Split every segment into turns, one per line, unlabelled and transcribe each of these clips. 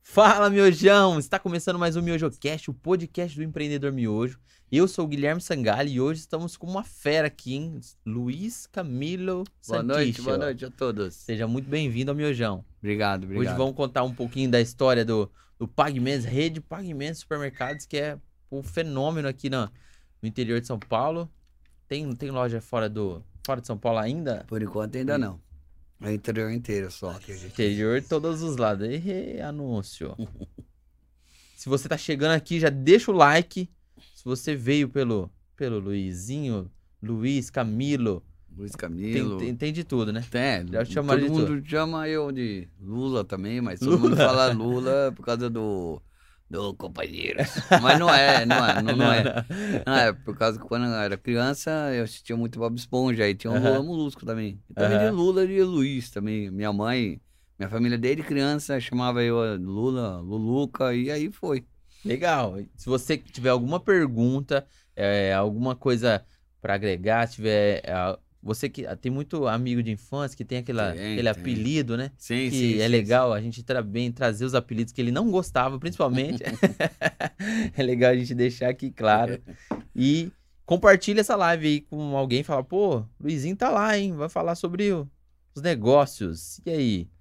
Fala, miojão! Está começando mais um MiojoCast, o podcast do empreendedor miojo. Eu sou o Guilherme Sangalli e hoje estamos com uma fera aqui, hein? Luiz Camilo Santicho.
Boa noite a todos.
Seja muito bem-vindo ao Miojão.
Obrigado.
Hoje vamos contar um pouquinho da história do PagMenos, rede PagMenos Supermercados, que é um fenômeno aqui no interior de São Paulo. Tem loja fora de São Paulo ainda?
Por enquanto ainda não. É o interior inteiro só.
Interior, todos os lados. Anúncio. Se você tá chegando aqui, já deixa o like. Se você veio pelo Luizinho, Luiz Camilo.
Luiz Camilo.
Tem de tudo, né?
Já
chamaram
todo
de
mundo chama eu de Lula também, mas todo mundo fala Lula por causa do companheiro. Mas não é. Não é, por causa que quando eu era criança, eu assistia muito Bob Esponja, aí tinha o Lula Molusco também. E também de Lula e Luiz também. Minha família desde criança chamava eu Lula, Luluca, e aí foi.
Legal. Se você tiver alguma pergunta, alguma coisa pra agregar, você que tem muito amigo de infância que tem aquele apelido, né?
Sim,
que é legal a gente trazer os apelidos que ele não gostava, principalmente. É legal a gente deixar aqui claro. E compartilha essa live aí com alguém. Fala, pô, Luizinho tá lá, hein? Vai falar sobre os negócios. E aí?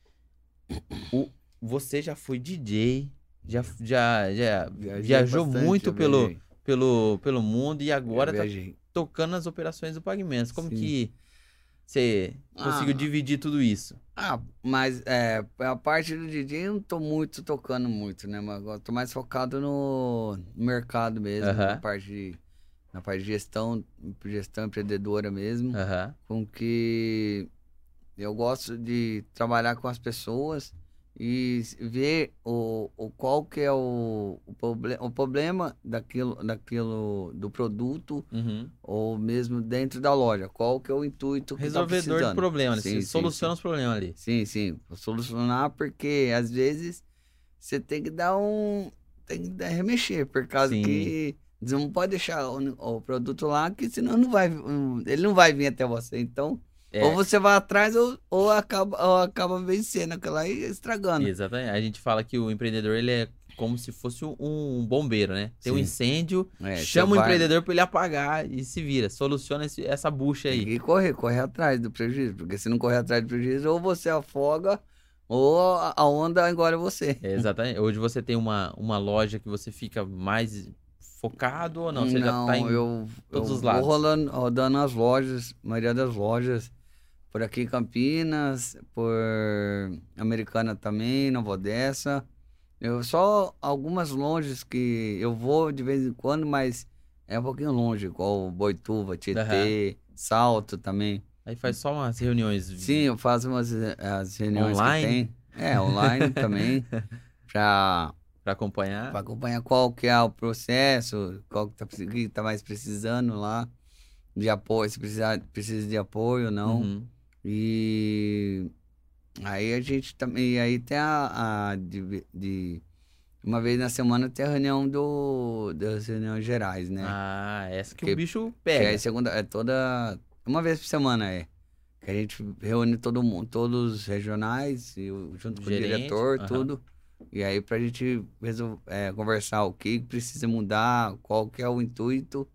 Você já foi DJ, já viajou muito pelo mundo e agora tá tocando nas operações do PagMenos. Como que você conseguiu dividir tudo isso?
Mas a parte do DJ eu não tô tocando muito, né? Mas agora tô mais focado no mercado mesmo, na parte de gestão empreendedora mesmo. Com que eu gosto de trabalhar com as pessoas e ver qual que é o problema daquilo do produto, ou mesmo dentro da loja, qual que é o intuito que
resolvedor de problema, né? Soluciona os problemas ali.
Sim, solucionar, porque às vezes você tem que remexer, por causa que você não pode deixar o produto lá, que senão ele não vai vir até você, então... Ou você vai atrás ou acaba vencendo aquela aí, estragando.
Exatamente. A gente fala que o empreendedor, ele é como se fosse um bombeiro, né? Tem um incêndio, chama o empreendedor para ele apagar e se vira. Soluciona essa bucha aí.
Tem que correr atrás do prejuízo. Porque se não correr atrás do prejuízo, ou você afoga, ou a onda agora é você.
Exatamente. Hoje você tem uma loja que você fica mais focado ou não? Você já tá em todos os lados?
Vou rodando as lojas, a maioria das lojas. Por aqui em Campinas, por Americana também, Nova Odessa. Só algumas lojas que eu vou de vez em quando, mas é um pouquinho longe, igual Boituva, Tietê, Salto também.
Aí faz só umas reuniões.
Sim, eu faço as reuniões
online?
Que tem. Online também, para
acompanhar.
Para acompanhar qual que é o processo, qual que tá mais precisando lá de apoio, se precisa de apoio ou não. E aí a gente também, aí tem uma vez na semana tem a reunião das reuniões gerais, né?
Essa que o bicho pega.
Que é uma vez por semana, que a gente reúne todo mundo, todos os regionais, junto com o diretor, tudo. E aí pra gente conversar o que precisa mudar, qual que é o intuito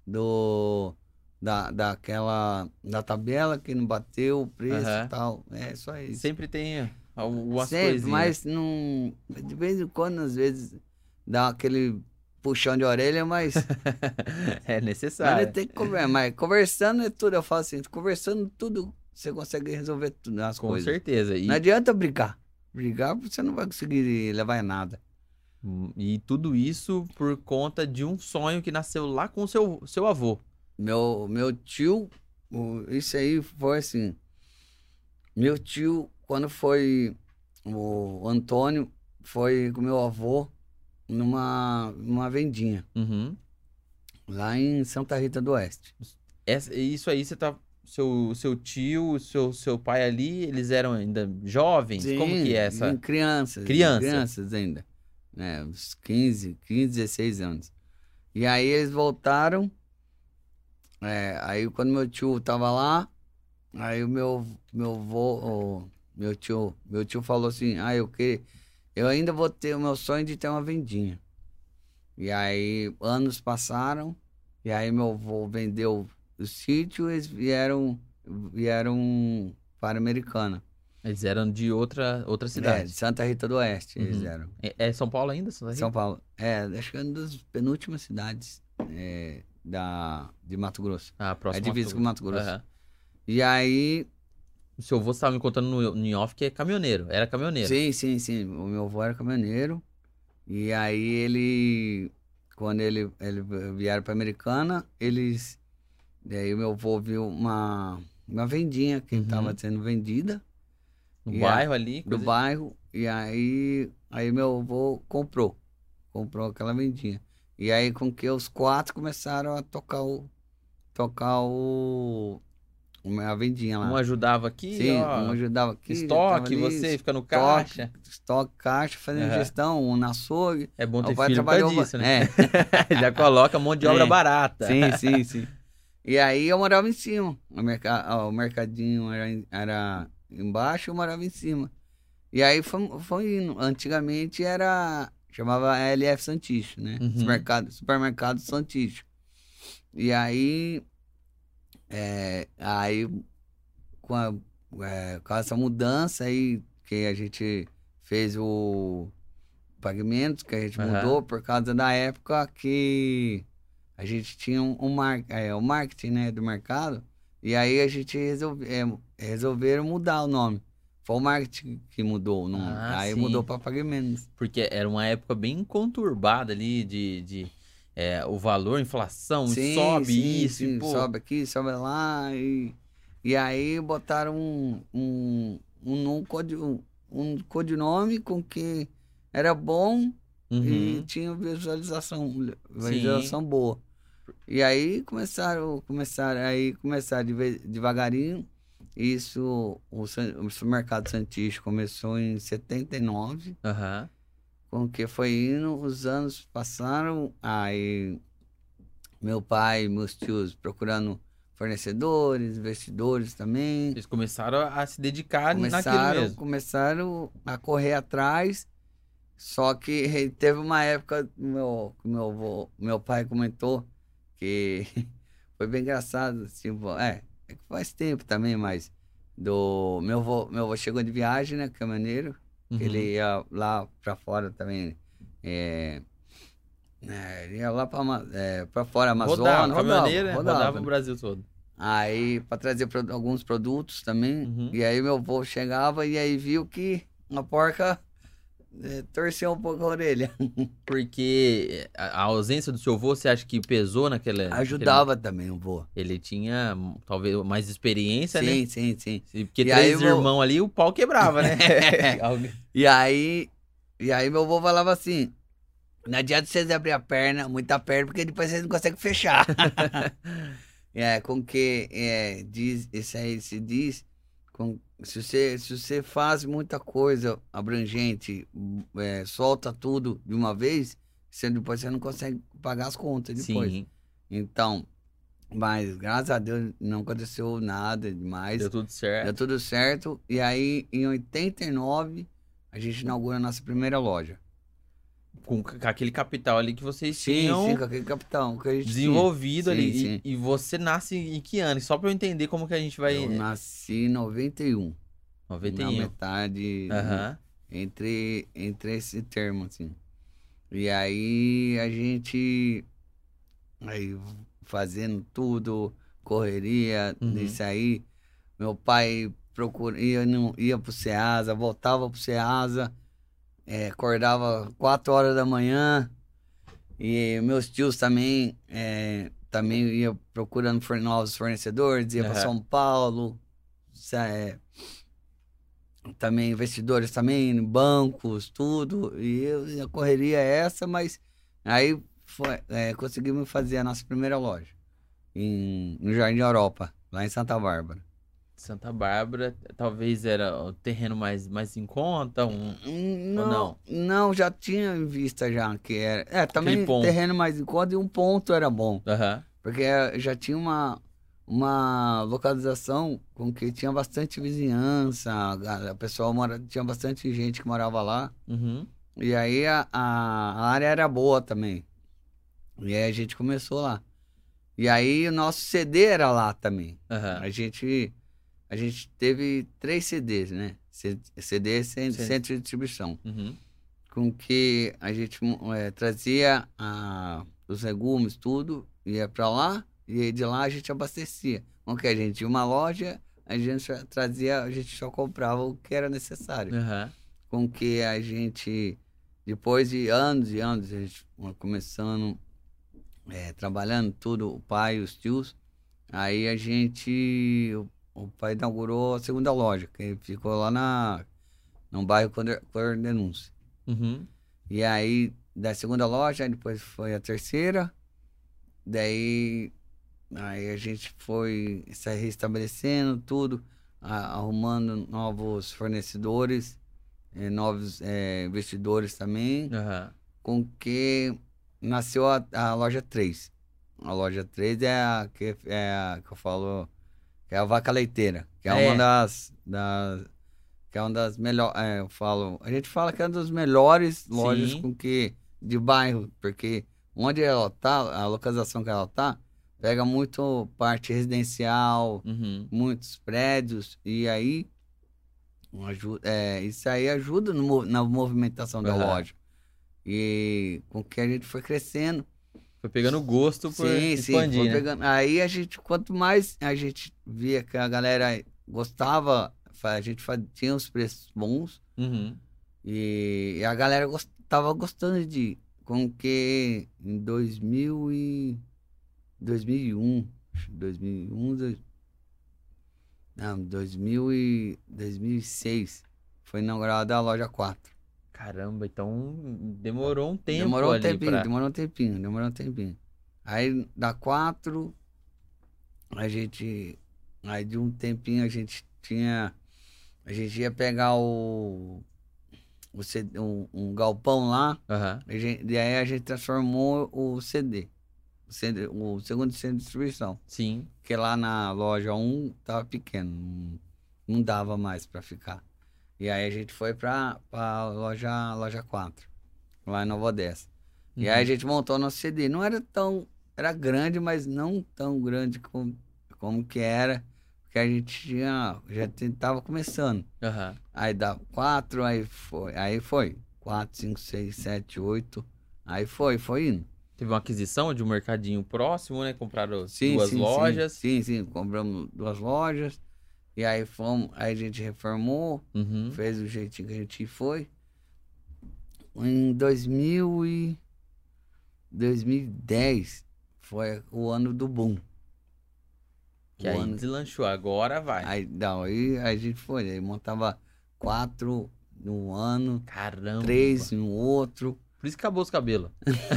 da tabela que não bateu o preço e tal. É só isso.
Sempre tem algumas coisinhas.
Mas não, de vez em quando, às vezes, dá aquele puxão de orelha, mas...
é necessário.
Mas tem que conversar. Mas conversando é tudo, eu falo assim, conversando tudo, você consegue resolver tudo, as coisas.
Com certeza.
Não adianta brigar. Brigar, você não vai conseguir levar em nada.
E tudo isso por conta de um sonho que nasceu lá com o seu avô.
Meu tio, isso aí foi assim, meu tio, quando foi o Antônio, foi com meu avô numa vendinha, lá em Santa Rita do Oeste.
Isso aí, você tá, seu tio, seu pai ali, eles eram ainda jovens?
Sim,
como que é essa?
Crianças ainda, né, uns 15, 16 anos. E aí eles voltaram. Aí quando meu tio tava lá, aí o meu tio falou assim, eu ainda vou ter o meu sonho de ter uma vendinha. E aí, anos passaram, e aí meu avô vendeu o sítio, eles vieram para Americana.
Eles eram de outra cidade.
De Santa Rita do Oeste, eles eram.
É São Paulo ainda, Santa Rita?
São Paulo. Acho que é uma das penúltimas cidades de Mato Grosso.
Próximo
divisa com Mato Grosso.
Uhum.
E aí...
O seu avô estava me contando no off que é caminhoneiro, era caminhoneiro.
Sim. O meu avô era caminhoneiro. E aí quando ele vieram para Americana, daí o meu avô viu uma vendinha que estava sendo vendida.
No bairro ali?
Do bairro. E aí meu avô comprou aquela vendinha. E aí com que os 4 começaram a tocar a vendinha lá.
Um ajudava aqui,
sim, um ajudava aqui.
Estoque, ali, você fica no caixa.
Estoque, caixa, fazendo gestão, um na açougue.
É bom ter filho por causa disso, né? Já coloca um monte de obra barata.
Sim. E aí eu morava em cima. O mercadinho era embaixo, eu morava em cima. E aí foi indo. Antigamente chamava LF Santicho, né? Supermercado Santicho. E aí... com essa mudança aí, que a gente fez o pagamento, que a gente mudou por causa da época que a gente tinha o marketing, né, do mercado, e aí a gente resolveram mudar o nome. Foi o marketing que mudou o nome. Aí sim. Mudou para pagamentos.
Porque era uma época bem conturbada ali de o valor, inflação,
sim,
sobe isso.
Sim. Sobe aqui, sobe lá. E aí botaram um codinome com que era bom e tinha visualização boa. E aí começaram devagarinho. Isso, o supermercado Santicho começou em 79. Com que foi indo, os anos passaram, aí meu pai e meus tios procurando fornecedores, investidores também.
Eles começaram a se dedicar naquilo mesmo.
Começaram a correr atrás, só que teve uma época, meu pai comentou que foi bem engraçado, tipo, que faz tempo também, mas meu avô chegou de viagem, né, caminhoneiro. Ele ia lá pra fora também. Ele ia lá pra fora, Amazônia.
Rodava o Brasil todo.
Aí, pra trazer alguns produtos também. E aí, meu avô chegava e aí viu que a porca torceu um pouco a orelha.
Porque a ausência do seu avô, você acha que pesou naquela...
Ajudava também o avô.
Ele tinha, talvez, mais experiência, né?
Sim.
Porque 3 irmãos ali, o pau quebrava, né?
E aí meu avô falava assim, não adianta vocês abrir muita perna, porque depois vocês não conseguem fechar. Com que isso aí se diz... Se você faz muita coisa abrangente, solta tudo de uma vez, depois você não consegue pagar as contas depois. Sim. Então, mas graças a Deus não aconteceu nada demais.
Deu tudo certo.
E aí, em 89, a gente inaugura a nossa primeira loja.
Com aquele capital ali que vocês tinham...
Sim, com aquele capital que a gente
desenvolvido ali.
Sim.
E você nasce em que ano? Só pra eu entender como que a gente vai...
Eu nasci em 91.
91.
Na metade, entre esse termo, assim. E aí, a gente... Aí, fazendo tudo, correria, isso aí. Meu pai ia pro Ceasa, voltava pro Ceasa... acordava 4 horas da manhã e meus tios também ia procurando novos fornecedores, ia para São Paulo, também investidores também, bancos, tudo, e a correria é essa, mas aí conseguimos fazer a nossa primeira loja no Jardim Europa, lá em Santa Bárbara.
Santa Bárbara, talvez era o terreno mais em conta, ou não?
Não, já tinha em vista já que era. Também terreno mais em conta e um ponto era bom. Porque já tinha uma localização com que tinha bastante vizinhança, tinha bastante gente que morava lá. E aí a área era boa também. E aí a gente começou lá. E aí o nosso CD era lá também.
Aham.
A gente teve 3 CDs, né? CD Centro de Distribuição.
Uhum.
Com que a gente trazia os legumes, tudo, ia pra lá, e aí de lá a gente abastecia. Com que a gente tinha uma loja, a gente só trazia, a gente só comprava o que era necessário.
Aham.
Com que a gente, depois de anos e anos, a gente começando, trabalhando tudo, o pai e os tios, aí o pai inaugurou a segunda loja, que ficou lá no bairro Cordenúncia.
Uhum.
E aí, da segunda loja, depois foi a terceira, daí aí a gente foi se restabelecendo tudo, arrumando novos fornecedores, novos investidores também,
Aham.
com que nasceu a loja 3. A loja 3 é a que eu falo, que é a Vaca Leiteira, que é uma que é uma das melhores, a gente fala que é uma das melhores lojas
Sim.
com que de bairro, porque onde ela tá, a localização que ela tá, pega muito parte residencial,
Uhum.
muitos prédios, e aí isso aí ajuda na movimentação da
Aham.
loja. E com que a gente foi crescendo.
Foi pegando gosto por
Sim,
expandir,
foi
né?
pegando. Aí quanto mais a gente via que a galera gostava, a gente tinha os preços bons
Uhum.
e a galera tava gostando de ir. Com que em 2001, 2006 foi inaugurada a loja 4.
Caramba, então demorou um tempo
Demorou um
ali
tempinho,
pra.
demorou um tempinho, demorou um tempinho. Aí da 4, aí de um tempinho a gente ia pegar um galpão lá,
Aham.
e aí a gente transformou o o segundo centro de distribuição,
Sim.
que lá na loja 1 tava pequeno, não dava mais para ficar. E aí a gente foi pra loja 4, lá em Nova Odessa. E aí a
Uhum.
gente montou nosso CD. Não era era grande, mas não tão grande como que era, porque a gente já tava começando.
Aham.
Aí dá 4, aí foi 4, 5, 6, 7, 8, aí foi indo.
Teve uma aquisição de um mercadinho próximo, né? Compraram
Sim,
duas
sim, sim,
lojas.
sim, compramos 2 lojas, e aí aí a gente reformou,
Uhum.
fez do jeitinho que a gente foi. Em 2010 foi o ano do boom.
Que
O
aí
ano,
deslanchou, agora vai.
aí, não, aí a gente foi, aí montava 4 num ano,
Caramba.
3 no outro.
Por isso que acabou os cabelos.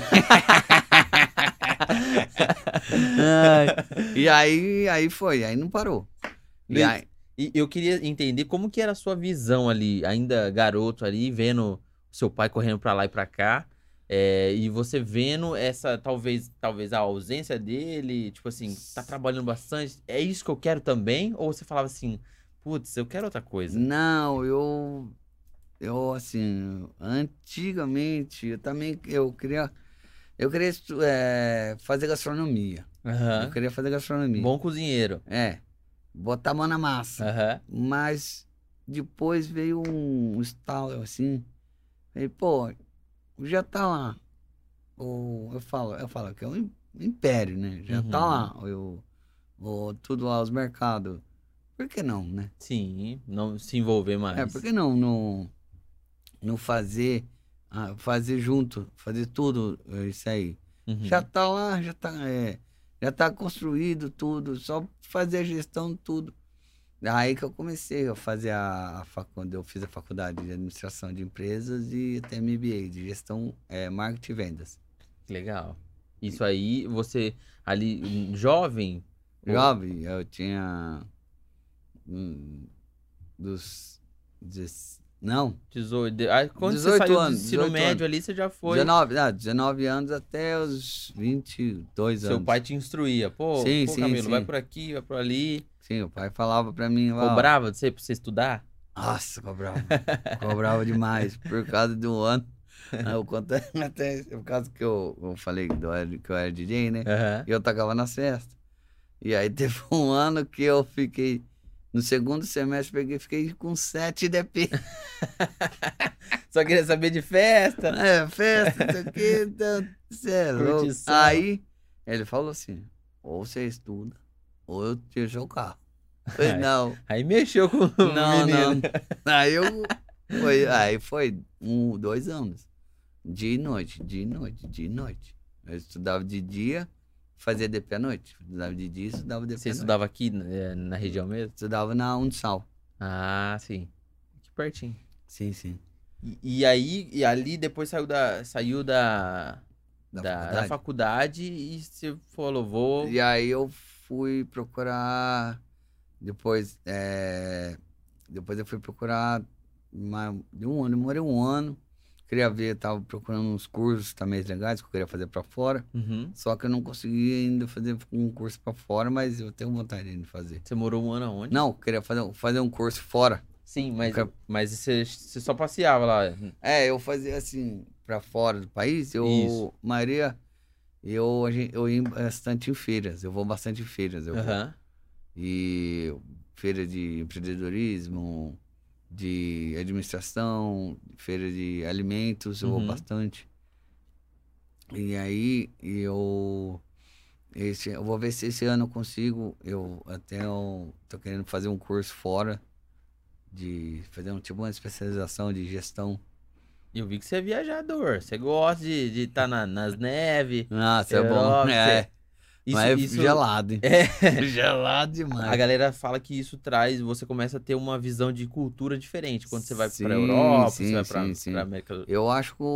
E aí não parou. E
Luiz,
aí,
e eu queria entender como que era a sua visão ali, ainda garoto ali, vendo o seu pai correndo pra lá e pra cá, e você vendo essa, talvez a ausência dele, tipo assim, tá trabalhando bastante, é isso que eu quero também? Ou você falava assim, putz, eu quero outra coisa?
não, eu assim, antigamente eu queria fazer gastronomia. Eu
Aham.
queria fazer gastronomia.
Bom cozinheiro.
Botar a mão na massa.
Aham.
Mas depois veio um estalo assim. Falei, pô, já tá lá. Eu falo que é um império, né? Já tá lá. Tudo lá, os mercados. Por que não, né?
Sim, não se envolver
Por
mais.
que não fazer junto, fazer tudo isso aí? Já
Uhum.
tá lá, já tá construído tudo, só fazer a gestão, tudo. Aí que eu comecei a fazer quando eu fiz a faculdade de administração de empresas e até MBA de gestão, marketing e vendas.
Que legal. Isso aí, você ali, jovem,
Jovem, eu tinha dos não,
18. Quando você
18
saiu do
anos,
ensino
18
médio
anos.
ali, você já foi.
19 anos até os 22
Seu
anos.
pai te instruía. Pô,
Sim,
pô,
sim,
Camilo, vai
sim.
por aqui, vai por ali.
Sim, o pai falava pra mim, ó,
Cobrava de você pra você estudar?
nossa, cobrava. Cobrava demais, por causa do ano. Aí eu conto até por causa que eu falei que eu era DJ, né?
Aham.
E eu tocava nas festas. E aí teve um ano que eu fiquei... No segundo semestre, fiquei com 7 DP.
Só queria saber de festa.
É, festa, não sei o que, então, você é louco.
Curtição.
Aí, ele falou assim, ou você estuda, ou eu tiro seu carro. Eu falei, não.
Aí mexeu com o
Não,
menino.
não. Aí foi 2 anos. Dia e noite, dia e noite, dia e noite. Eu estudava de dia, fazia DP à noite. Estudava de dia, estudava DP à
Você
noite.
estudava aqui na região mesmo?
Estudava na Unisal.
Ah, sim. Aqui pertinho.
Sim, sim.
E aí, e ali depois saiu da
Da
faculdade e você falou, vou...
E aí eu fui procurar... Depois eu fui procurar de um ano. Eu morei 1 ano. Queria ver, tava procurando uns cursos também legais que eu queria fazer pra fora.
Uhum.
Só que eu não consegui ainda fazer um curso pra fora, mas eu tenho vontade de fazer.
Você morou 1 ano aonde?
Não, eu queria fazer um curso fora.
Sim, mas você só passeava lá.
Eu fazia assim, pra fora do país,
Isso.
Maria, eu ia bastante em feiras. Eu vou bastante em feiras.
Aham.
E feira de empreendedorismo, de administração, feira de alimentos, eu vou bastante. E aí eu vou ver se esse ano eu consigo. Eu tô querendo fazer um curso fora, de fazer uma especialização de gestão.
Eu vi que você é viajador. Você gosta de estar nas neves.
Nossa, é bom.
Europa,
Mas gelado, hein? Gelado demais.
A galera fala que isso você começa a ter uma visão de cultura diferente quando você vai
Sim,
pra Europa,
sim,
você vai
sim.
pra América do...
Eu acho que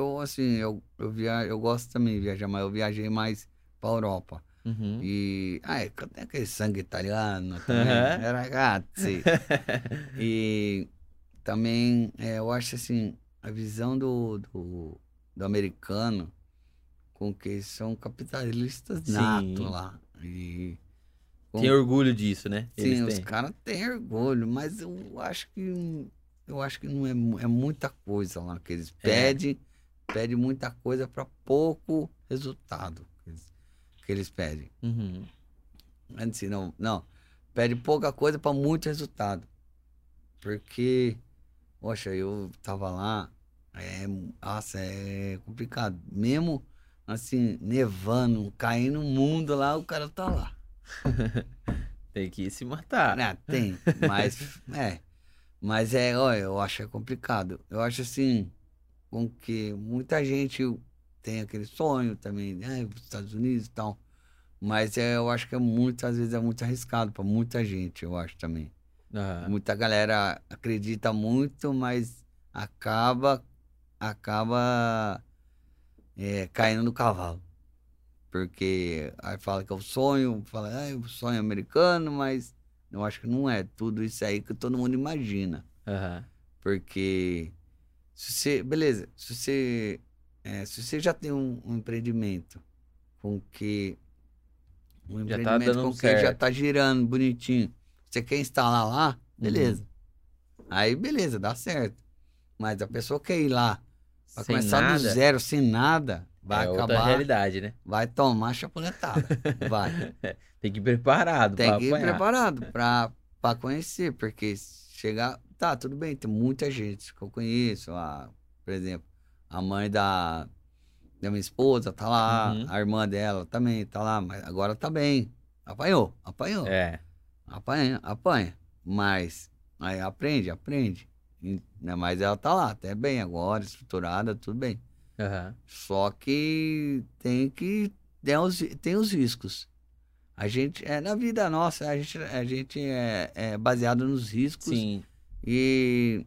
eu gosto também de viajar, mas eu viajei mais pra Europa.
Uhum.
E tem aquele sangue italiano também, ragazzi. E também eu acho assim, a visão do americano, com que são capitalistas nato lá. E
tem orgulho disso, né?
Sim, os caras têm orgulho, mas eu acho que não é muita coisa lá que eles pedem muita coisa para pouco resultado que eles pedem.
Uhum.
Assim, não, pede pouca coisa para muito resultado. Porque, poxa, eu tava lá, é complicado. Mesmo assim, nevando, caindo o mundo lá, o cara tá lá.
Tem que se matar.
Tem, mas eu acho complicado. Eu acho assim, com que muita gente tem aquele sonho também, os Estados Unidos e tal, mas eu acho que às vezes é muito arriscado para muita gente, eu acho também.
Uhum.
Muita galera acredita muito, mas acaba caindo no cavalo. Porque aí fala que é o sonho, o sonho americano, mas eu acho que não é tudo isso aí que todo mundo imagina.
Uhum.
Porque se você já tem um empreendimento com que já tá girando bonitinho, você quer instalar lá, beleza. Aí beleza, dá certo. Mas a pessoa quer ir lá pra começar do zero, sem nada, vai acabar.
Outra realidade, né?
Vai tomar chapuletada. Vai.
Tem que ir preparado.
Tem que ir preparado pra conhecer, porque chegar. Tá, tudo bem, tem muita gente que eu conheço. Por exemplo, a mãe da minha esposa tá lá, a irmã dela também tá lá, mas agora tá bem. Apanhou. Apanha. Mas aí aprende. Mas ela tá lá, até bem agora, estruturada, tudo bem.
Uhum.
Só que tem os riscos. A gente, na vida nossa, a gente é baseado nos riscos.
Sim.
E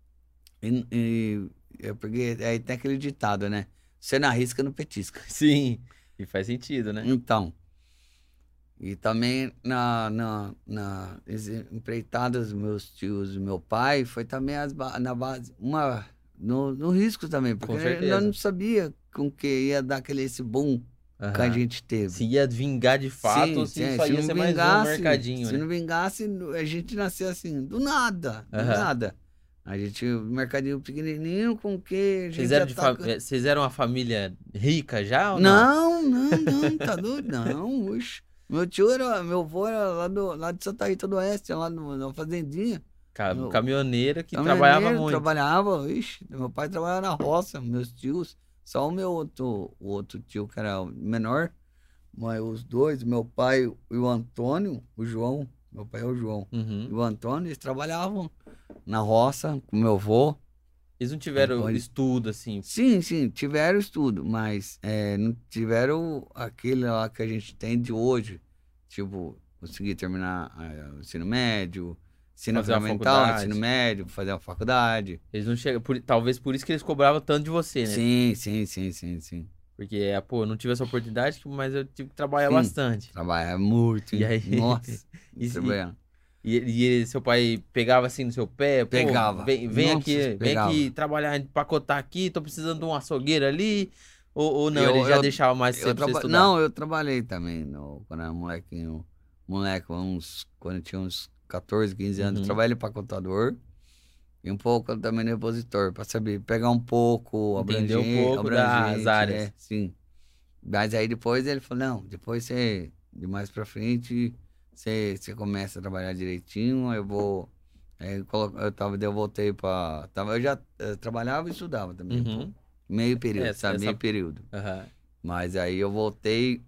eu peguei, aí tem aquele ditado, né? Você não arrisca, não petisca.
Sim, e faz sentido, né?
Então, e também nas empreitadas dos meus tios e meu pai, foi também na base, no risco também, porque nós não sabia com que ia dar esse boom que a gente teve.
Se ia vingar de fato, ou se só ia ser mais um mercadinho,
se
né?
não vingasse, a gente nasceu assim, do nada. A gente, mercadinho pequenininho, com que a gente
Vocês eram uma família rica já ou não?
Não, tá doido? Não, oxe. Meu avô era lá de Santa Rita do Oeste, lá na fazendinha.
Caminhoneiro que trabalhava muito.
Trabalhava, ixi, meu pai trabalhava na roça, meus tios, só o outro tio que era menor, mas os dois, meu pai e o Antônio, o João, meu pai é o João, e o Antônio, eles trabalhavam na roça com meu avô.
Eles não tiveram estudo, assim?
Sim, tiveram estudo, mas não tiveram aquele lá que a gente tem de hoje. Tipo, conseguir terminar o ensino médio, ensino fundamental, ensino médio, fazer uma faculdade.
Eles não chegam, talvez por isso que eles cobravam tanto de você, né?
Sim.
Porque, pô, eu não tive essa oportunidade, mas eu tive que trabalhar bastante.
Trabalhar muito.
E aí...
Nossa,
E seu pai pegava assim no seu pé? Pô,
pegava.
Vem aqui trabalhar, empacotar aqui, tô precisando de um açougueiro ali. Ou não, ele já deixava mais cedo pra você estudar?
Não, eu trabalhei também, quando era molequinho. Quando eu tinha uns 14, 15 anos, eu trabalhei empacotador. E um pouco também no repositor, pra saber pegar um pouco,
entender um pouco das áreas.
Sim. Mas aí depois ele falou, não, depois você, de mais pra frente... Você começa a trabalhar direitinho, eu voltei pra... Eu trabalhava e estudava também. Meio período, meio período. Mas aí eu voltei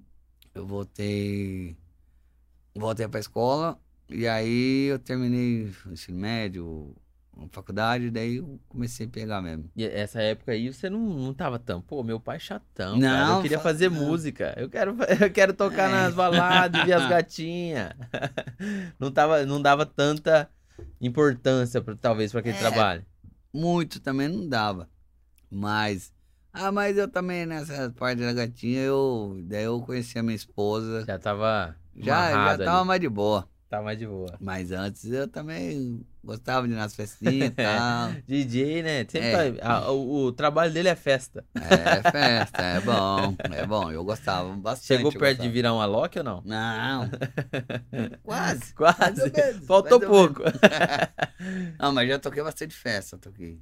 pra escola, e aí eu terminei o ensino médio, faculdade, daí eu comecei a pegar mesmo.
E essa época aí você não tava tão... Pô, meu pai é chatão, cara. Eu queria fazer música. Eu quero tocar nas baladas, ver as gatinhas. Não dava tanta importância, talvez, pra aquele trabalho.
Muito também não dava. Mas eu também, nessa parte da gatinha, daí eu conheci a minha esposa.
Já tava
já tava mais de boa.
Tá mais de boa.
Mas antes eu também gostava de ir nas festinhas e tal.
DJ, né? Sempre o trabalho dele é festa.
É festa, é bom. Eu gostava bastante.
Chegou perto de virar um Alok ou não?
Não. Quase.
Faltou pouco.
Não, mas já toquei bastante festa. Toquei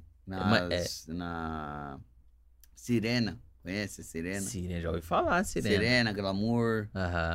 na Sirena. Conhece a Sirena?
Sirena, já ouvi falar, Sirena.
Sirena, Glamour.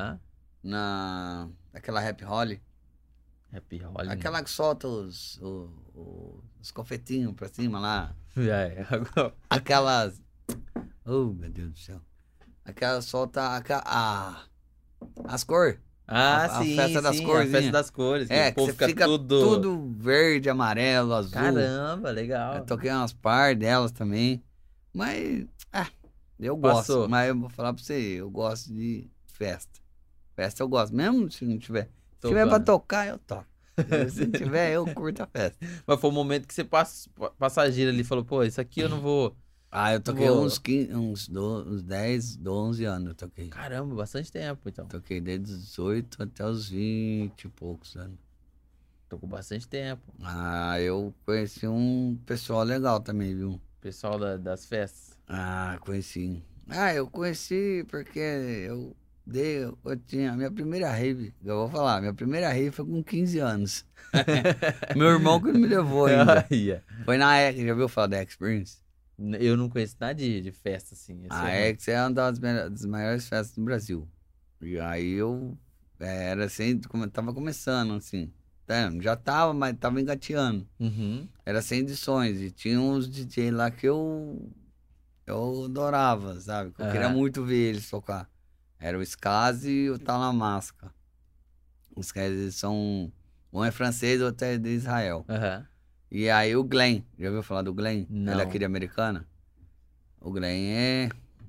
Aham.
Aquela Happy Holly.
Happy Holly.
Aquela que solta os confetinhos pra cima lá. Aquelas... Oh, meu Deus do céu. Aquela solta as cores.
Sim,
a festa das cores.
A festa das cores. Que o povo
fica tudo verde, amarelo, azul.
Caramba, legal.
Eu toquei umas par delas também. Mas, eu gosto. Mas eu vou falar pra você, eu gosto de festa. Festa eu gosto, mesmo se não tiver. Se tiver pra tocar, eu toco. Se tiver, eu curto a festa.
Mas foi um momento que você passageiro ali falou, pô, isso aqui eu não vou...
Eu toquei uns 10, 11 anos eu toquei.
Caramba, bastante tempo, então.
Toquei desde 18 até os 20 e poucos anos.
Tocou bastante tempo.
Eu conheci um pessoal legal também, viu?
Pessoal das festas.
Conheci. Eu conheci porque eu tinha a minha primeira rave, eu vou falar, minha primeira rave foi com 15 anos. Meu irmão que me levou ainda. Foi na X, já ouviu falar da Experience?
Eu não conheço nada de festa assim.
A X é uma das maiores festas do Brasil. E aí eu era assim, tava começando assim. Já tava, mas tava engateando. Era 100 edições e tinha uns DJ lá que eu adorava, sabe? Eu queria muito ver eles tocar. Era o Skazi e o Talamasca. Os caras são... Um é francês, o outro é de Israel. E aí o Glenn, já ouviu falar do Glenn?
Não.
Ele é aqui de Americana. O Glenn é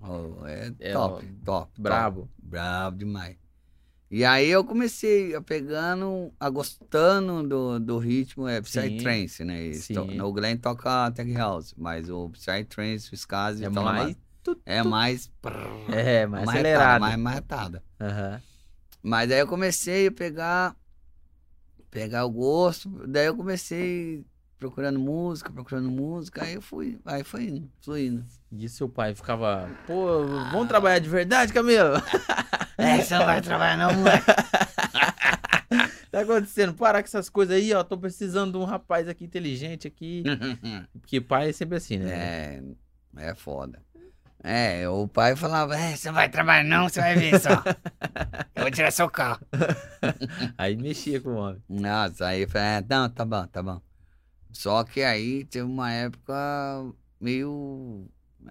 top.
Brabo.
Brabo demais. E aí eu comecei gostando do ritmo, Psytrance, né? O Glenn toca Tech House, mas o Psytrance, o Skazi... mais
acelerado.
Mais retada. Mas aí eu comecei a pegar o gosto, daí eu comecei procurando música, aí foi indo, fluindo.
E seu pai ficava, pô, vamos trabalhar de verdade, Camilo?
Você não vai trabalhar não, moleque.
Tá acontecendo? Para com essas coisas aí, ó. Tô precisando de um rapaz aqui inteligente aqui. Porque pai é sempre assim, né?
É foda. O pai falava, você não vai trabalhar não, você vai ver só. Eu vou tirar seu carro.
Aí mexia com o homem.
Nossa, aí eu falei, não, tá bom, tá bom. Só que aí teve uma época meio...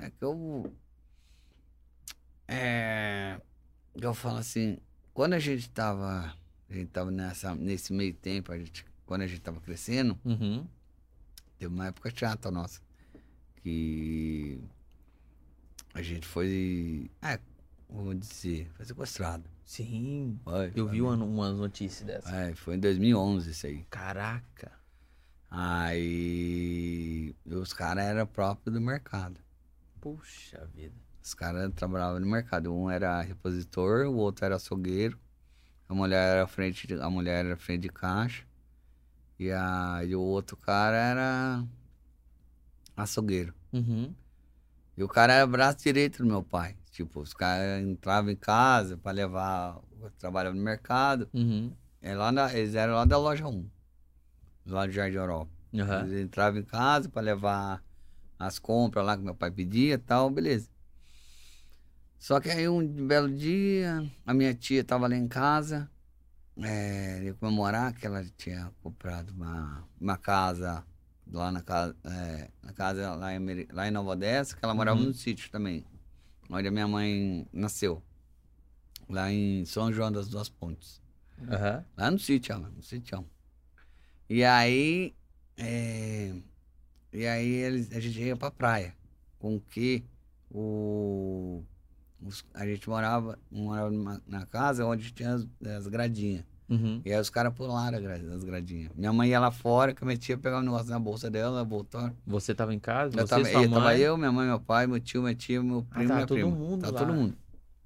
Eu falo assim, quando a gente tava nesse meio tempo, quando a gente tava crescendo, teve uma época chata nossa, que a gente foi, vamos dizer, foi sequestrado.
Sim,
foi
vi umas notícias dessas.
Foi em 2011 isso aí.
Caraca.
Aí os caras eram próprios do mercado.
Puxa vida.
Os caras trabalhavam no mercado. Um era repositor, o outro era açougueiro. A mulher era frente de caixa. E o outro cara era açougueiro. E o cara era braço direito do meu pai. Tipo, os caras entravam em casa pra levar... Trabalhava no mercado. Eles eram lá da loja 1. Lá do Jardim Europa. Eles entravam em casa pra levar as compras lá que meu pai pedia e tal, beleza. Só que aí um belo dia, a minha tia tava lá em casa, ia comemorar que ela tinha comprado uma casa lá na casa lá em Nova Odessa, que ela morava no sítio também, onde a minha mãe nasceu, lá em São João das Duas Pontes. Lá no sítio, no sítio. E aí, a gente ia pra praia, com que a gente morava na casa onde tinha as gradinhas. E aí os caras pularam as gradinhas. Minha mãe ia lá fora, que a minha tia pegava um negócio na bolsa dela, voltou.
Você tava em casa?
Tava eu, minha mãe, meu pai, meu tio, minha tia, meu primo, minha prima.
Todo mundo
Tava
lá.
todo mundo.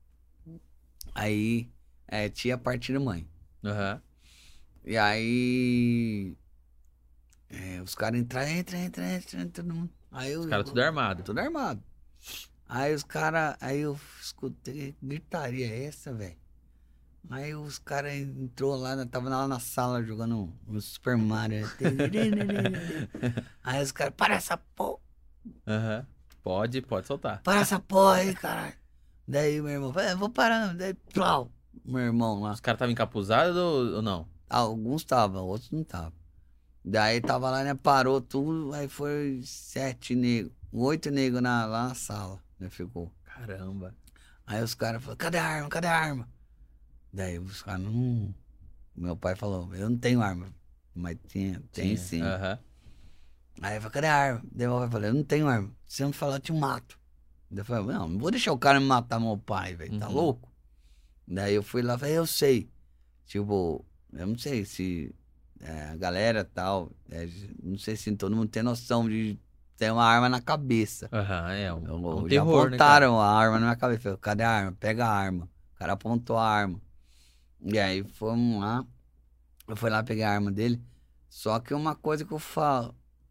Aí, tia parte da mãe. E aí... os caras entraram, todo mundo. Aí
os caras tudo armado.
Tudo armado. Aí eu escutei, gritaria essa, velho. Aí os caras entrou lá, tava lá na sala jogando um Super Mario. Aí os caras, para essa porra.
Pode soltar.
Para essa porra aí, caralho. Daí meu irmão, vou parar. Daí, plau, meu irmão lá.
Os caras estavam encapuzados ou não?
Alguns estavam, outros não estavam. Daí tava lá, né? Parou tudo, aí foi 8 negros lá na sala, né? Ficou.
Caramba.
Aí os caras falaram, cadê a arma? Cadê a arma? Daí os caras, Meu pai falou, eu não tenho arma. Mas tem sim. Aí eu falei, cadê a arma? Daí meu pai falou, eu não tenho arma. Se eu não falar, eu te mato. Daí eu falei, não vou deixar o cara me matar meu pai, velho. Tá louco? Daí eu fui lá e falei, eu sei. Tipo, eu não sei se... a galera tal, não sei se todo mundo tem noção de ter uma arma na cabeça.
Um
já
terror,
apontaram,
né,
a arma na minha cabeça. Falei, cadê a arma? Pega a arma. O cara apontou a arma. E aí fomos lá. Eu fui lá pegar a arma dele. Só que uma coisa que eu falo,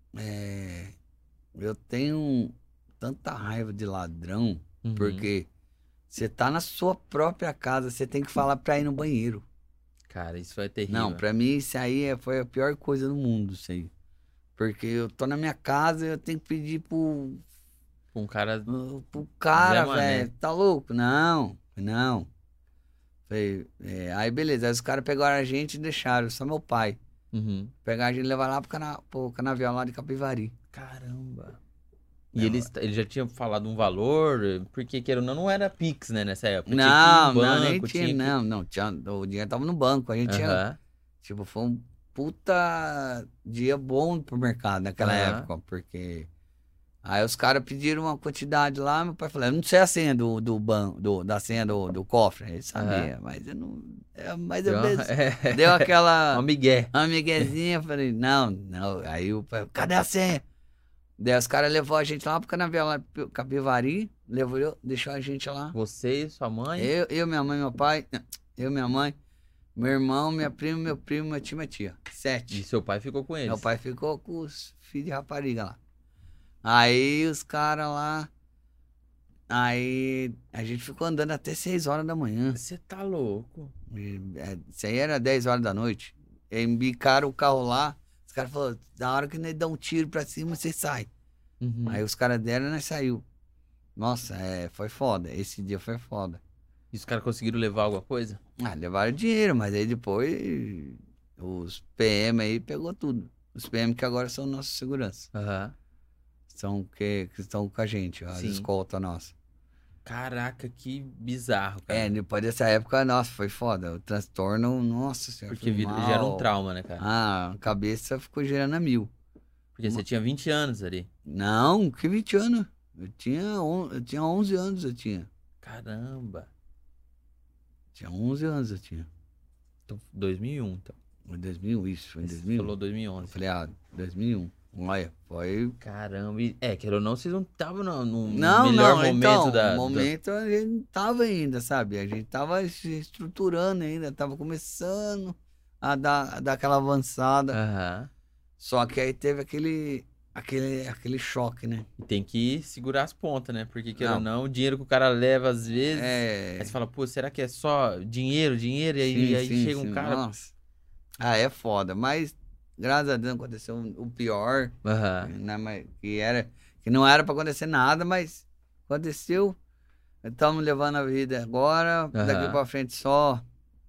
eu tenho tanta raiva de ladrão, porque você tá na sua própria casa, você tem que falar pra ir no banheiro.
Cara, isso é terrível.
Não, pra mim isso aí foi a pior coisa do mundo, isso aí. Porque eu tô na minha casa e eu tenho que pedir pro
cara...
pro cara, velho. Tá louco? Não. Falei, aí beleza, aí os caras pegaram a gente e deixaram, só meu pai. Pegaram a gente e levaram lá pro canavial lá de Capivari.
Caramba. E ele já tinha falado um valor, porque querendo ou não era Pix, né, nessa época.
Não, nem tinha, não. O dinheiro tava no banco. A gente tinha. Tipo, foi um puta dia bom pro mercado naquela época, porque. Aí os caras pediram uma quantidade lá, meu pai falou, eu não sei a senha do banco, da senha do cofre. Ele sabia, mas eu não. Mas eu deu aquela.
Uma
miguezinha, falei, não. Aí o pai, cadê a senha? Daí os caras levou a gente lá pro canavial lá pro Capivari, deixou a gente lá.
Você e sua mãe?
Eu, minha mãe, meu pai, minha mãe, meu irmão, minha prima, meu primo, minha tia. 7.
E seu pai ficou com eles?
Meu pai ficou com os filhos de rapariga lá. Aí os caras lá, aí a gente ficou andando até 6 horas da manhã.
Você tá louco?
Isso aí era 10 horas da noite. embicaram o carro lá. Os caras falaram, na hora que nós dá um tiro pra cima, você sai. Aí os caras deram e nós saiu. Nossa, foi foda. Esse dia foi foda.
E os caras conseguiram levar alguma coisa?
Levaram dinheiro, mas aí depois os PM aí pegou tudo. Os PM que agora são nossos segurança. São que estão com a gente, as escoltas nossas.
Caraca, que bizarro, cara.
Depois dessa época, nossa, foi foda. O transtorno, nossa senhora.
Porque gera um trauma, né, cara?
A cabeça ficou girando a 1000.
Porque você tinha 20 anos ali.
Não, que 20 anos? Eu tinha 11 anos, eu tinha.
Caramba.
Tinha 11 anos, eu tinha.
Então, 2001, então.
Foi 2000, isso, foi em 2001.
Você falou 2011.
Eu falei, 2001. Olha, foi...
Caramba, querendo ou não, vocês não estavam no melhor momento
então,
da...
No momento a gente não tava ainda, sabe? A gente tava se estruturando ainda, tava começando a dar aquela avançada. Só que aí teve aquele choque, né?
E tem que segurar as pontas, né? Porque, querendo ou não, o dinheiro que o cara leva, às vezes... Aí você fala, pô, será que é só dinheiro? E aí chega um cara...
Nossa. É foda, mas... Graças a Deus não aconteceu o pior, né, mas que não era pra acontecer nada, mas aconteceu. Estamos levando a vida agora, daqui pra frente só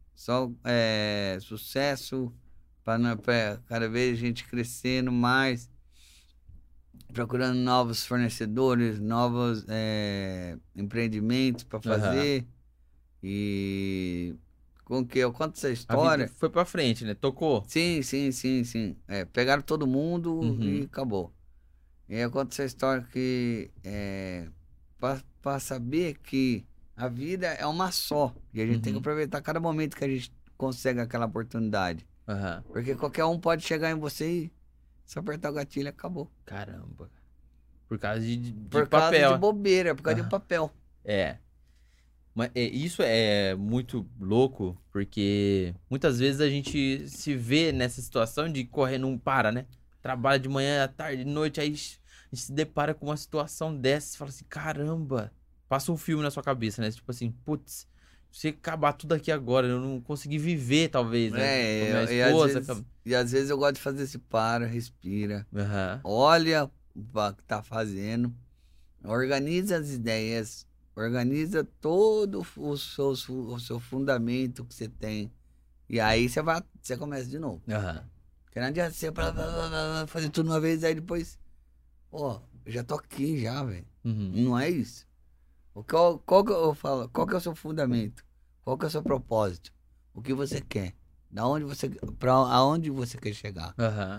sucesso, para cada vez a gente crescendo mais, procurando novos fornecedores, novos empreendimentos para fazer. E... Com que eu conto essa história.
Foi pra frente, né? Tocou?
Sim. Pegaram todo mundo e acabou. E eu conto essa história que pra saber que a vida é uma só. E a gente tem que aproveitar cada momento que a gente consegue aquela oportunidade. Porque qualquer um pode chegar em você e só apertar o gatilho e acabou.
Caramba. Por causa de
por
papel.
Por causa de bobeira, por causa de papel.
Mas isso é muito louco, porque muitas vezes a gente se vê nessa situação de correr, não para, né? Trabalha de manhã, à tarde, de noite, aí a gente se depara com uma situação dessa e fala assim, caramba, passa um filme na sua cabeça, né? Tipo assim, putz, se acabar tudo aqui agora, eu não consegui viver, talvez, né? Com minha esposa.
E às vezes eu gosto de fazer esse respira, olha o que tá fazendo, organiza as ideias, organiza todo o seu fundamento que você tem. E aí você começa de novo. Porque não adianta você fazer tudo uma vez, aí depois... Pô, eu já tô aqui já, velho. Não é isso. Qual que eu falo? Qual que é o seu fundamento? Qual que é o seu propósito? O que você quer? Pra aonde você quer chegar?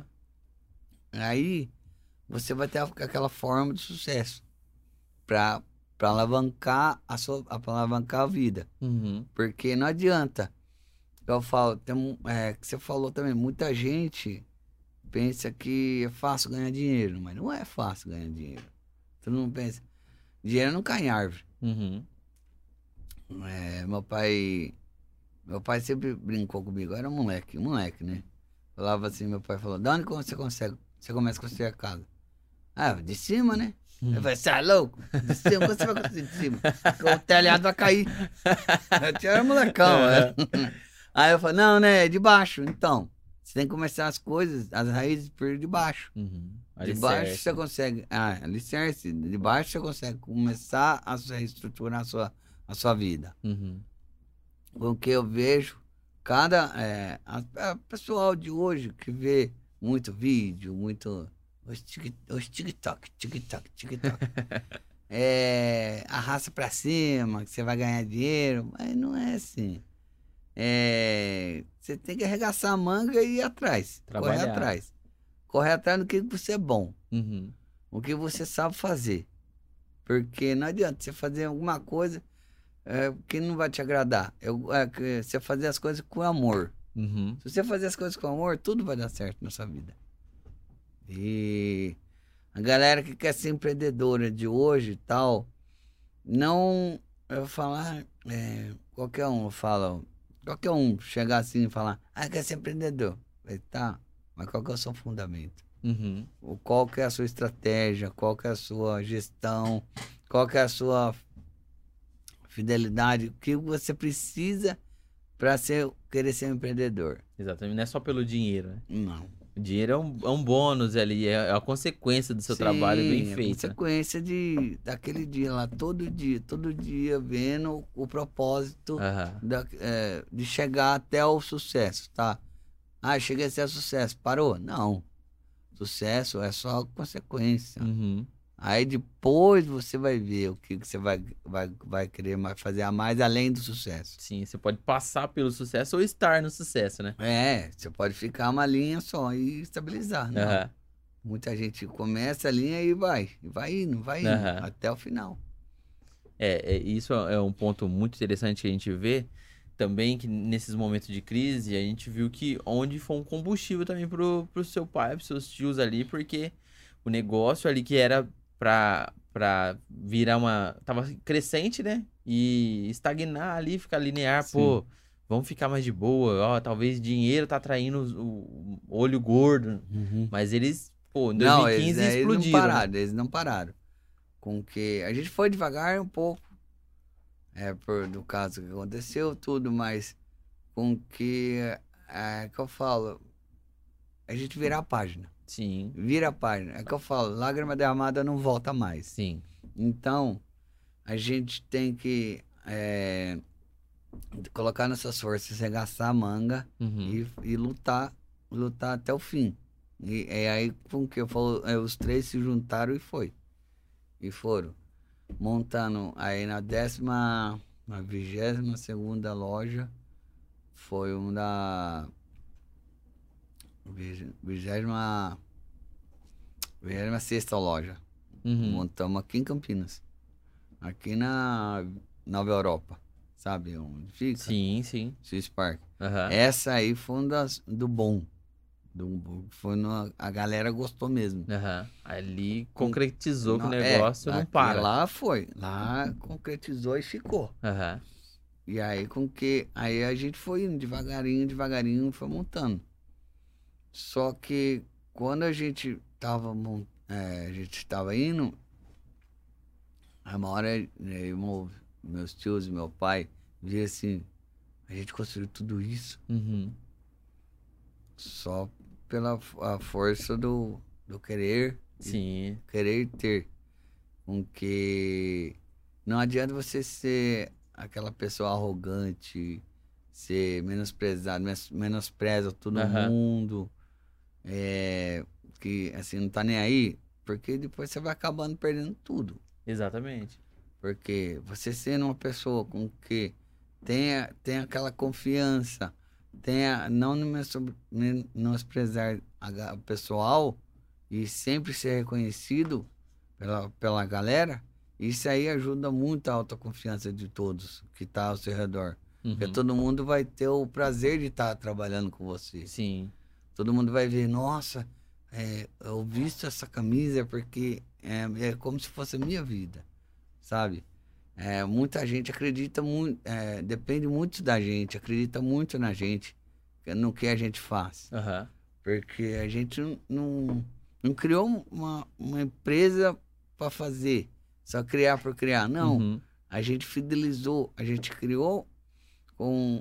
Aí você vai ter aquela forma de sucesso. Pra alavancar a vida. Porque não adianta. Eu falo, que você falou também, muita gente pensa que é fácil ganhar dinheiro, mas não é fácil ganhar dinheiro. Tu não pensa. Dinheiro não cai em árvore. Meu pai sempre brincou comigo, eu era moleque, né? Falava assim, meu pai falou, de onde você começa a construir a casa? De cima, né? Eu falei, você é louco? De cima, quando você vai construir de cima? O telhado vai cair. Eu era molecão, né? Aí eu falei, não, né? É de baixo. Então, você tem que começar as coisas, as raízes por de baixo. De baixo você consegue. Alicerce. De baixo você consegue começar a reestruturar a sua vida. O que eu vejo, a pessoal de hoje que vê muito vídeo, muito. Os TikTok. Arrasta pra cima, que você vai ganhar dinheiro. Mas não é assim. Você tem que arregaçar a manga e ir atrás. Correr atrás do que você é bom. O que você sabe fazer. Porque não adianta você fazer alguma coisa que não vai te agradar. Você fazer as coisas com amor. Se você fazer as coisas com amor, tudo vai dar certo na sua vida. E a galera que quer ser empreendedora de hoje e tal, não, eu vou falar, qualquer um chegar assim e falar, quer ser empreendedor. Eu falei, tá, mas qual que é o seu fundamento? Qual que é a sua estratégia? Qual que é a sua gestão? Qual que é a sua fidelidade? O que você precisa pra querer ser um empreendedor.
Exatamente, não é só pelo dinheiro, né?
Não.
O dinheiro é um bônus ali, é a consequência do seu trabalho bem feito.
É a consequência daquele dia lá, todo dia, vendo o propósito de chegar até o sucesso, tá? Ah, cheguei até o sucesso, parou? Não. Sucesso é só consequência.
Uhum.
Aí depois você vai ver o que você vai querer fazer a mais além do sucesso.
Sim, você pode passar pelo sucesso ou estar no sucesso, né?
Você pode ficar uma linha só e estabilizar, né? Muita gente começa a linha e vai indo, até o final.
Isso é um ponto muito interessante que a gente vê também, que nesses momentos de crise, a gente viu que onde foi um combustível também pro seu pai, pros seus tios ali, porque o negócio ali que era pra virar tava crescente, né? E estagnar ali, ficar linear, sim. Pô, vamos ficar mais de boa, ó, talvez dinheiro tá atraindo o olho gordo, mas eles, pô, em 2015 explodiram.
Eles não pararam. Com que a gente foi devagar um pouco, do caso que aconteceu, tudo, mas com que eu falo, a gente virar a página.
Sim.
Vira a página. É que eu falo, lágrima derramada não volta mais.
Sim.
Então, a gente tem que colocar nossas forças, arregaçar a manga e lutar até o fim. E aí, com que eu falo, os três se juntaram e foram. Montando aí na 22ª loja, foi uma da 26ª loja. Montamos aqui em Campinas. Aqui na Nova Europa. Sabe onde fica?
Sim, sim.
Swiss Park. Essa aí foi uma do bom. A galera gostou mesmo.
Ali concretizou que o negócio não para.
Lá concretizou e ficou. E aí aí a gente foi indo devagarinho, foi montando. Só que quando a gente tava indo, a uma hora meus tios e meu pai viram assim, a gente construiu tudo isso só pela a força do querer.
Sim.
Querer ter. Com que não adianta você ser aquela pessoa arrogante, ser menosprezado, menospreza todo mundo, que assim, não tá nem aí, porque depois você vai acabando perdendo tudo.
Exatamente.
Porque você sendo uma pessoa com que tem aquela confiança, não menosprezar o pessoal e sempre ser reconhecido pela galera, isso aí ajuda muito a autoconfiança de todos que tá ao seu redor. Porque todo mundo vai ter o prazer de estar trabalhando com você.
Sim.
Todo mundo vai ver, nossa, eu visto essa camisa porque é como se fosse a minha vida, sabe? Muita gente acredita muito, depende muito da gente, acredita muito na gente, no que a gente faz. Porque a gente não criou uma empresa para fazer, só criar por criar. Não, a gente fidelizou, a gente criou com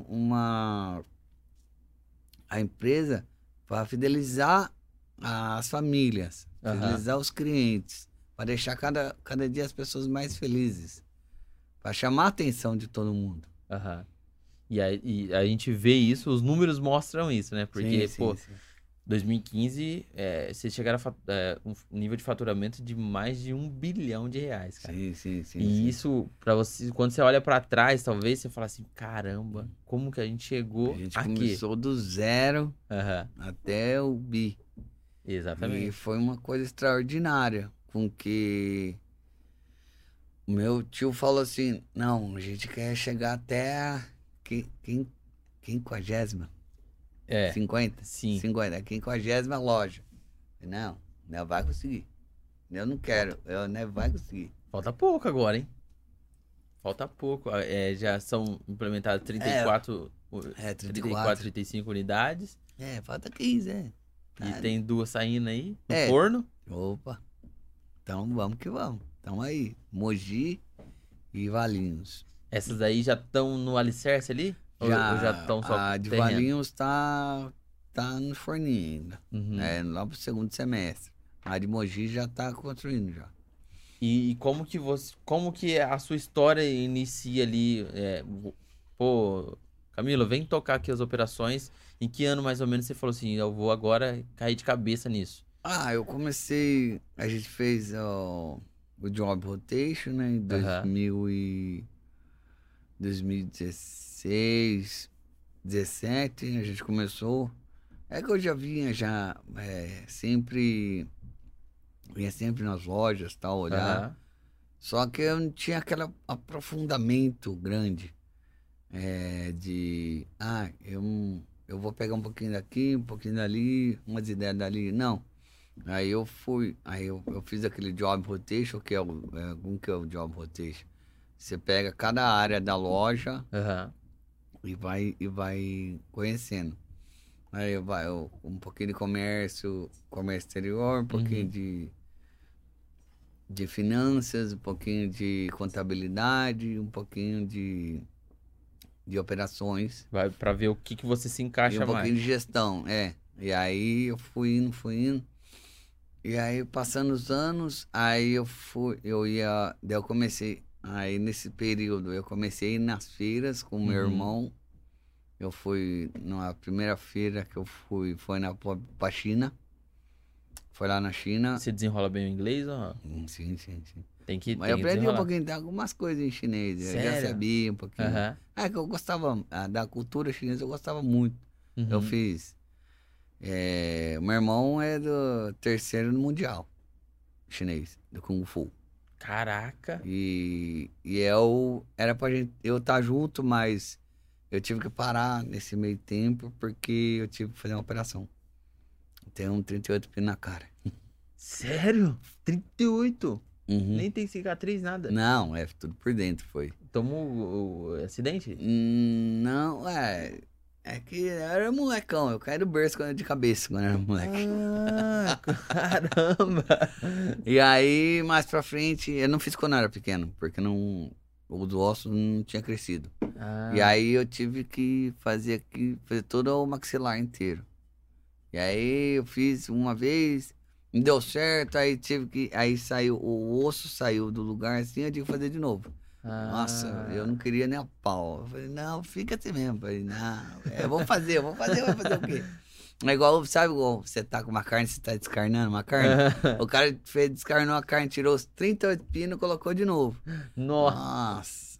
a empresa para fidelizar as famílias, fidelizar os clientes, para deixar cada dia as pessoas mais felizes, para chamar a atenção de todo mundo.
E a gente vê isso, os números mostram isso, né? Porque, sim. 2015, vocês chegaram a um nível de faturamento de mais de R$1 bilhão, cara.
Sim.
E isso, para você, quando você olha para trás, talvez você fala assim, caramba, como que a gente chegou aqui?
A gente começou do zero até o bi.
Exatamente.
E foi uma coisa extraordinária, com que o meu tio falou assim, não, a gente quer chegar até a 50ª. 50?
Sim.
50, a 50ª loja. Não vai conseguir. Eu não quero, não vai conseguir.
Falta pouco agora, hein? Falta pouco. Já são implementadas 34, 35 unidades.
Falta 15,
E tem 2 saindo aí no forno.
Opa. Então vamos que vamos. Então aí, Mogi e Valinhos.
Essas aí já estão no alicerce ali? Ou já estão só
A
com
de
terreno?
Valinhos tá no forninho ainda.
Uhum.
Lá pro segundo semestre. A de Mogi já tá construindo já.
E como que a sua história inicia ali? Pô, Camilo, vem tocar aqui as operações. Em que ano mais ou menos você falou assim, eu vou agora cair de cabeça nisso?
Eu comecei. A gente fez o Job Rotation, né? Em
Aham.
2016, 17, a gente começou. É que eu já vinha sempre. Vinha sempre nas lojas, tal, olhar.
Aham.
Só que eu não tinha aquele aprofundamento grande. Eu vou pegar um pouquinho daqui, um pouquinho dali, umas ideias dali. Não. Aí eu fiz aquele job rotation, como que é o job rotation? Você pega cada área da loja
Aham.
e vai conhecendo. Um pouquinho de comércio exterior, um pouquinho
Uhum.
de finanças, um pouquinho de contabilidade, um pouquinho de operações
Vai pra ver o que você se
e um
encaixa
pouquinho
mais.
de gestão, E aí eu fui indo. E aí, passando os anos, daí eu comecei, aí nesse período, eu comecei a ir nas feiras com meu
Uhum.
irmão. Eu fui, na primeira feira que eu fui, foi pra China. Foi lá na China.
Você desenrola bem o inglês ou não?
Sim, sim, sim.
Tem
Mas eu
que
aprendi um
desenrolar.
pouquinho, tem algumas coisas em chinês, eu já
Sério?
sabia um pouquinho.
Aham.
Que eu gostava, da cultura chinesa eu gostava muito. Eu
Uhum.
fiz, o meu irmão é do terceiro no Mundial chinês, do Kung Fu.
Caraca.
Era pra gente, eu estar junto, mas eu tive que parar nesse meio tempo porque eu tive que fazer uma operação. Tem um 38 pino na cara.
Sério? 38?
Uhum.
Nem tem cicatriz, nada.
Não, tudo por dentro foi.
Tomou o acidente?
Não, é que eu era molecão, eu caí do berço de cabeça quando eu era moleque.
Ah, caramba.
E aí, mais pra frente, eu não fiz quando eu era pequeno, porque não, os ossos não tinha crescido. E
Ah,
aí eu tive que fazer todo o maxilar inteiro. E aí eu fiz uma vez, não deu certo, aí saiu, o osso saiu do lugar assim, eu tive que fazer de novo. Nossa, eu não queria nem a pau. Eu falei, não, fica assim mesmo. Eu falei, não, vou fazer o quê? É igual, sabe, igual você tá com uma carne, você tá descarnando uma carne? O cara descarnou a carne, tirou os 38 pinos e colocou de novo.
Nossa.
Nossa,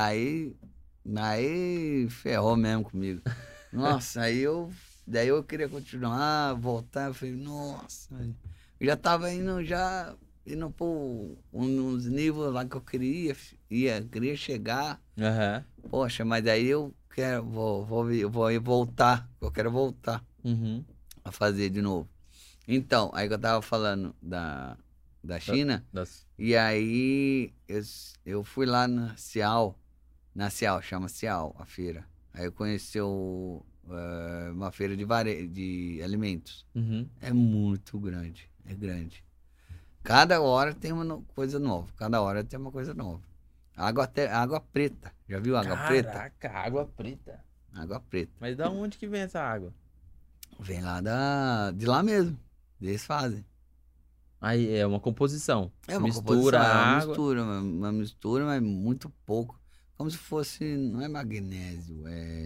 aí ferrou mesmo comigo. Nossa, daí eu queria continuar, voltar, eu falei, nossa, eu já tava indo por uns níveis lá que eu queria chegar.
Aham.
Poxa, mas daí eu quero, vou voltar, eu quero voltar
Uhum.
a fazer de novo. Então, aí que eu tava falando da China,
Das...
e aí eu fui lá na Cial, chama Cial a feira. Aí eu conheci uma feira de alimentos.
Uhum.
É muito grande, é grande. Cada hora tem uma coisa nova, cada hora tem uma coisa nova. Água preta, já viu água preta?
Caraca, água preta.
Água preta.
Mas da onde que vem essa água?
Vem lá de lá mesmo, eles fazem.
Aí é uma composição.
É uma
Mistura
composição,
a água.
uma mistura, mas muito pouco. Como se fosse, não é magnésio,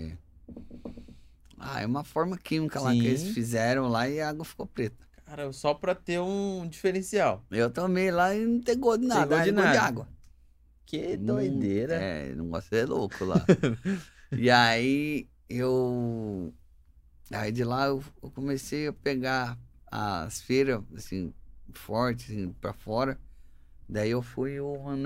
é uma forma química lá que eles
Sim.
fizeram lá e a água ficou preta.
Cara, só pra ter um diferencial.
Eu tomei lá e não tem gosto de nada,
gosto de
é gosto de
nada.
água.
Que doideira.
Não gosto de ser louco lá. E aí de lá eu comecei a pegar as feiras, assim, fortes, assim, pra fora. Daí eu fui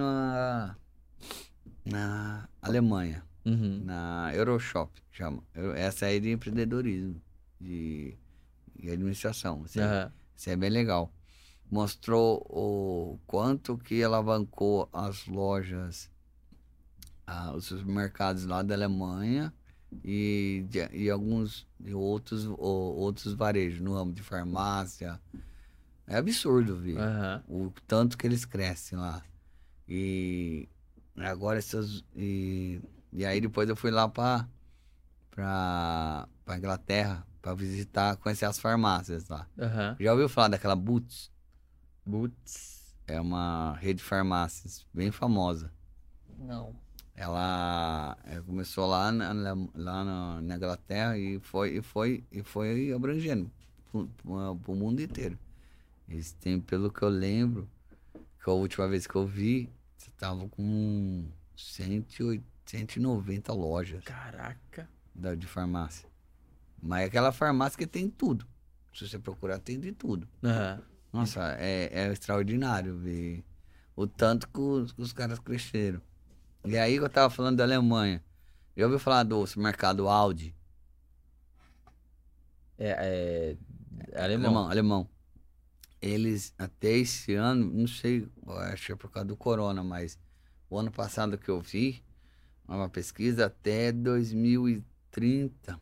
na Alemanha,
Uhum.
na Euroshop, chama. Essa aí de empreendedorismo e administração.
Aham.
Isso é bem legal. Mostrou o quanto que alavancou as lojas, os supermercados lá da Alemanha e alguns outros varejos no ramo de farmácia. É absurdo ver
Aham.
o tanto que eles crescem lá. E agora e aí depois eu fui lá pra Inglaterra pra visitar, conhecer as farmácias lá.
Aham.
Já ouviu falar daquela Boots?
Boots.
É uma rede de farmácias bem famosa.
Não.
Ela começou lá na Inglaterra e foi abrangendo pro mundo inteiro. Eles têm, pelo que eu lembro, que a última vez que eu vi, você tava com 190 lojas
Caraca.
de farmácia. Mas é aquela farmácia que tem tudo. Se você procurar, tem de tudo.
Aham.
Nossa, é extraordinário ver o tanto que os caras cresceram. E aí eu tava falando da Alemanha. Já ouviu falar do supermercado Aldi?
É alemão.
Alemão. Eles, até esse ano, não sei, eu acho que é por causa do corona, mas o ano passado que eu vi, uma pesquisa, até 2030,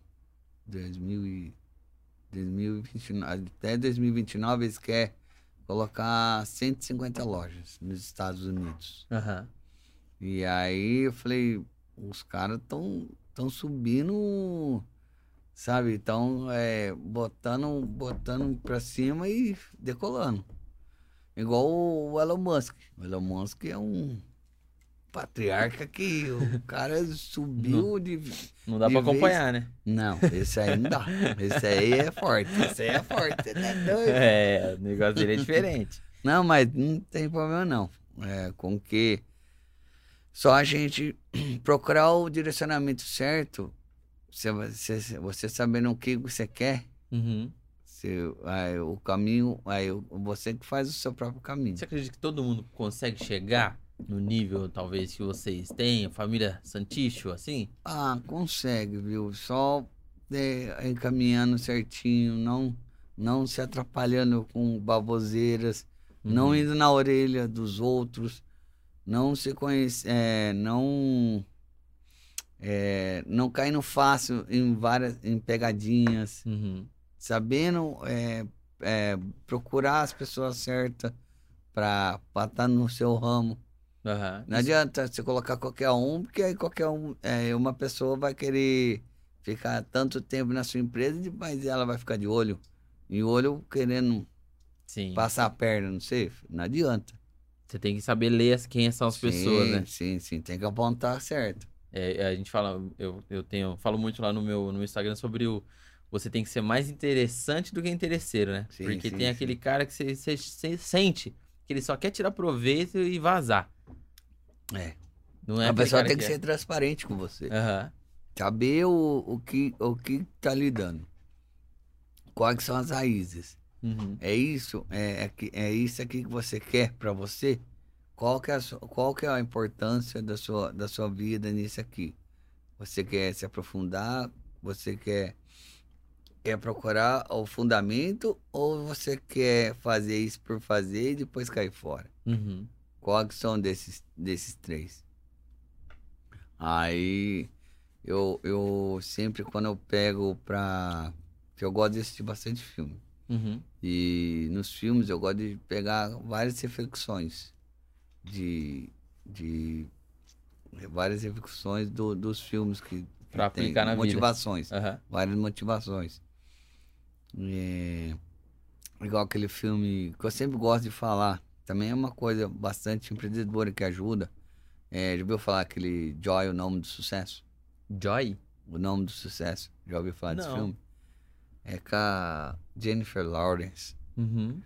2029, até 2029 eles querem colocar 150 lojas nos Estados Unidos.
Aham.
E aí eu falei, os caras tão subindo, sabe? Estão botando pra cima e decolando. Igual o Elon Musk. O Elon Musk é um patriarca que o cara subiu de.
Não dá
de
pra
vez.
acompanhar, né?
Não, esse aí não dá. Esse aí é forte. Esse aí é forte. Você tá doido?
É, o negócio dele é diferente.
Não, mas não tem problema não. Com que só a gente procurar o direcionamento certo, você sabendo o que você quer,
Uhum.
o caminho, você que faz o seu próprio caminho.
Você acredita que todo mundo consegue chegar no nível, talvez, que vocês têm, família Santicho, assim?
Ah, consegue, viu? Só encaminhando certinho, não se atrapalhando com baboseiras, não
Uhum.
indo na orelha dos outros, não se conhece, não caindo fácil em pegadinhas,
Uhum.
sabendo procurar as pessoas certas para estar no seu ramo.
Aham.
Não adianta você colocar qualquer um, porque aí qualquer um, uma pessoa vai querer ficar tanto tempo na sua empresa, mas ela vai ficar de olho, querendo
Sim.
passar a perna, não sei, não adianta.
Você tem que saber ler quem são as pessoas, né?
Sim, tem que apontar certo.
A gente fala, falo muito lá no meu Instagram sobre você tem que ser mais interessante do que interesseiro, né?
Sim,
Porque
sim,
tem aquele cara que você sente que ele só quer tirar proveito e vazar. Não é
A
aquele
pessoa
cara
tem que ser transparente com você.
Aham.
Saber o que tá lhe dando. Quais são as raízes.
Uhum.
É isso? É isso aqui que você quer para você? Qual que é a importância da sua vida nisso aqui? Você quer se aprofundar? Você quer procurar o fundamento? Ou você quer fazer isso por fazer e depois cair fora?
Uhum.
Quais são desses três? Aí eu sempre, quando eu pego que eu gosto de assistir bastante filme.
Uhum.
E nos filmes eu gosto de pegar várias reflexões várias reflexões dos filmes que
Pra
tem
aplicar na
motivações,
vida. Aham.
várias motivações. Igual aquele filme que eu sempre gosto de falar, também é uma coisa bastante empreendedora que ajuda. Já ouviu falar aquele Joy, o nome do sucesso?
Joy?
O nome do sucesso. Já ouviu falar desse
Não.
filme? É com a Jennifer Lawrence.
Uhum.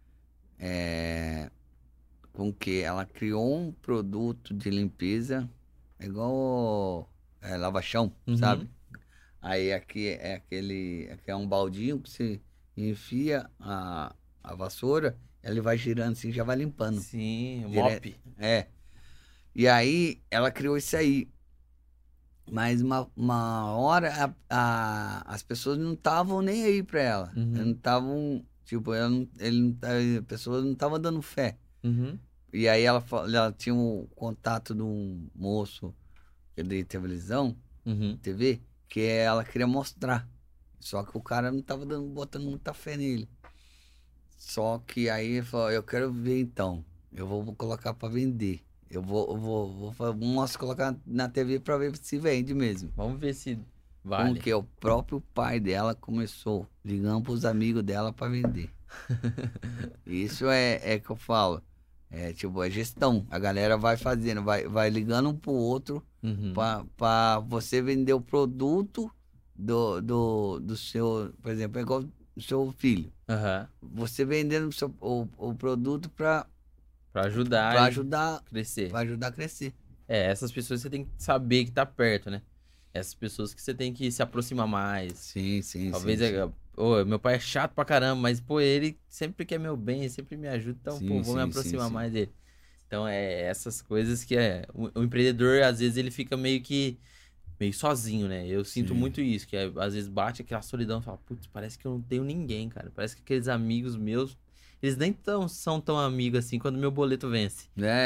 Com que ela criou um produto de limpeza igual lava-chão,
Uhum.
sabe? Aí aqui é um baldinho que você enfia a vassoura, ele vai girando assim, já vai limpando.
Sim,
Direto.
mop.
E aí ela criou isso aí. Mas uma hora as pessoas não estavam nem aí pra ela.
Uhum.
Elas não estavam, tipo, as pessoas não estavam dando fé.
Uhum.
E aí ela tinha um contato de um moço de televisão,
Uhum.
TV, que ela queria mostrar. Só que o cara não tava botando muita fé nele. Só que aí ele falou, eu quero ver então. Eu vou colocar pra vender. Eu vou colocar na TV pra ver se vende mesmo.
Vamos ver se
Com que o próprio pai dela começou ligando para os amigos dela para vender. Isso é que eu falo. É tipo, é gestão. A galera vai fazendo, vai ligando um pro outro para você vender o produto do seu, por exemplo, é igual do seu filho. Você vendendo o produto para
ajudar
a
crescer.
Para ajudar a crescer.
Essas pessoas você tem que saber que tá perto, né? Essas pessoas que você tem que se aproximar mais.
Sim.
Talvez meu pai é chato pra caramba, mas, pô, ele sempre quer meu bem, sempre me ajuda, então, vou me aproximar mais dele. Então, essas coisas que o empreendedor, às vezes, ele fica meio sozinho, né? Eu sinto muito isso, que às vezes bate aquela solidão e fala, putz, parece que eu não tenho ninguém, cara. Parece que aqueles amigos meus, eles nem são tão amigos assim quando meu boleto vence.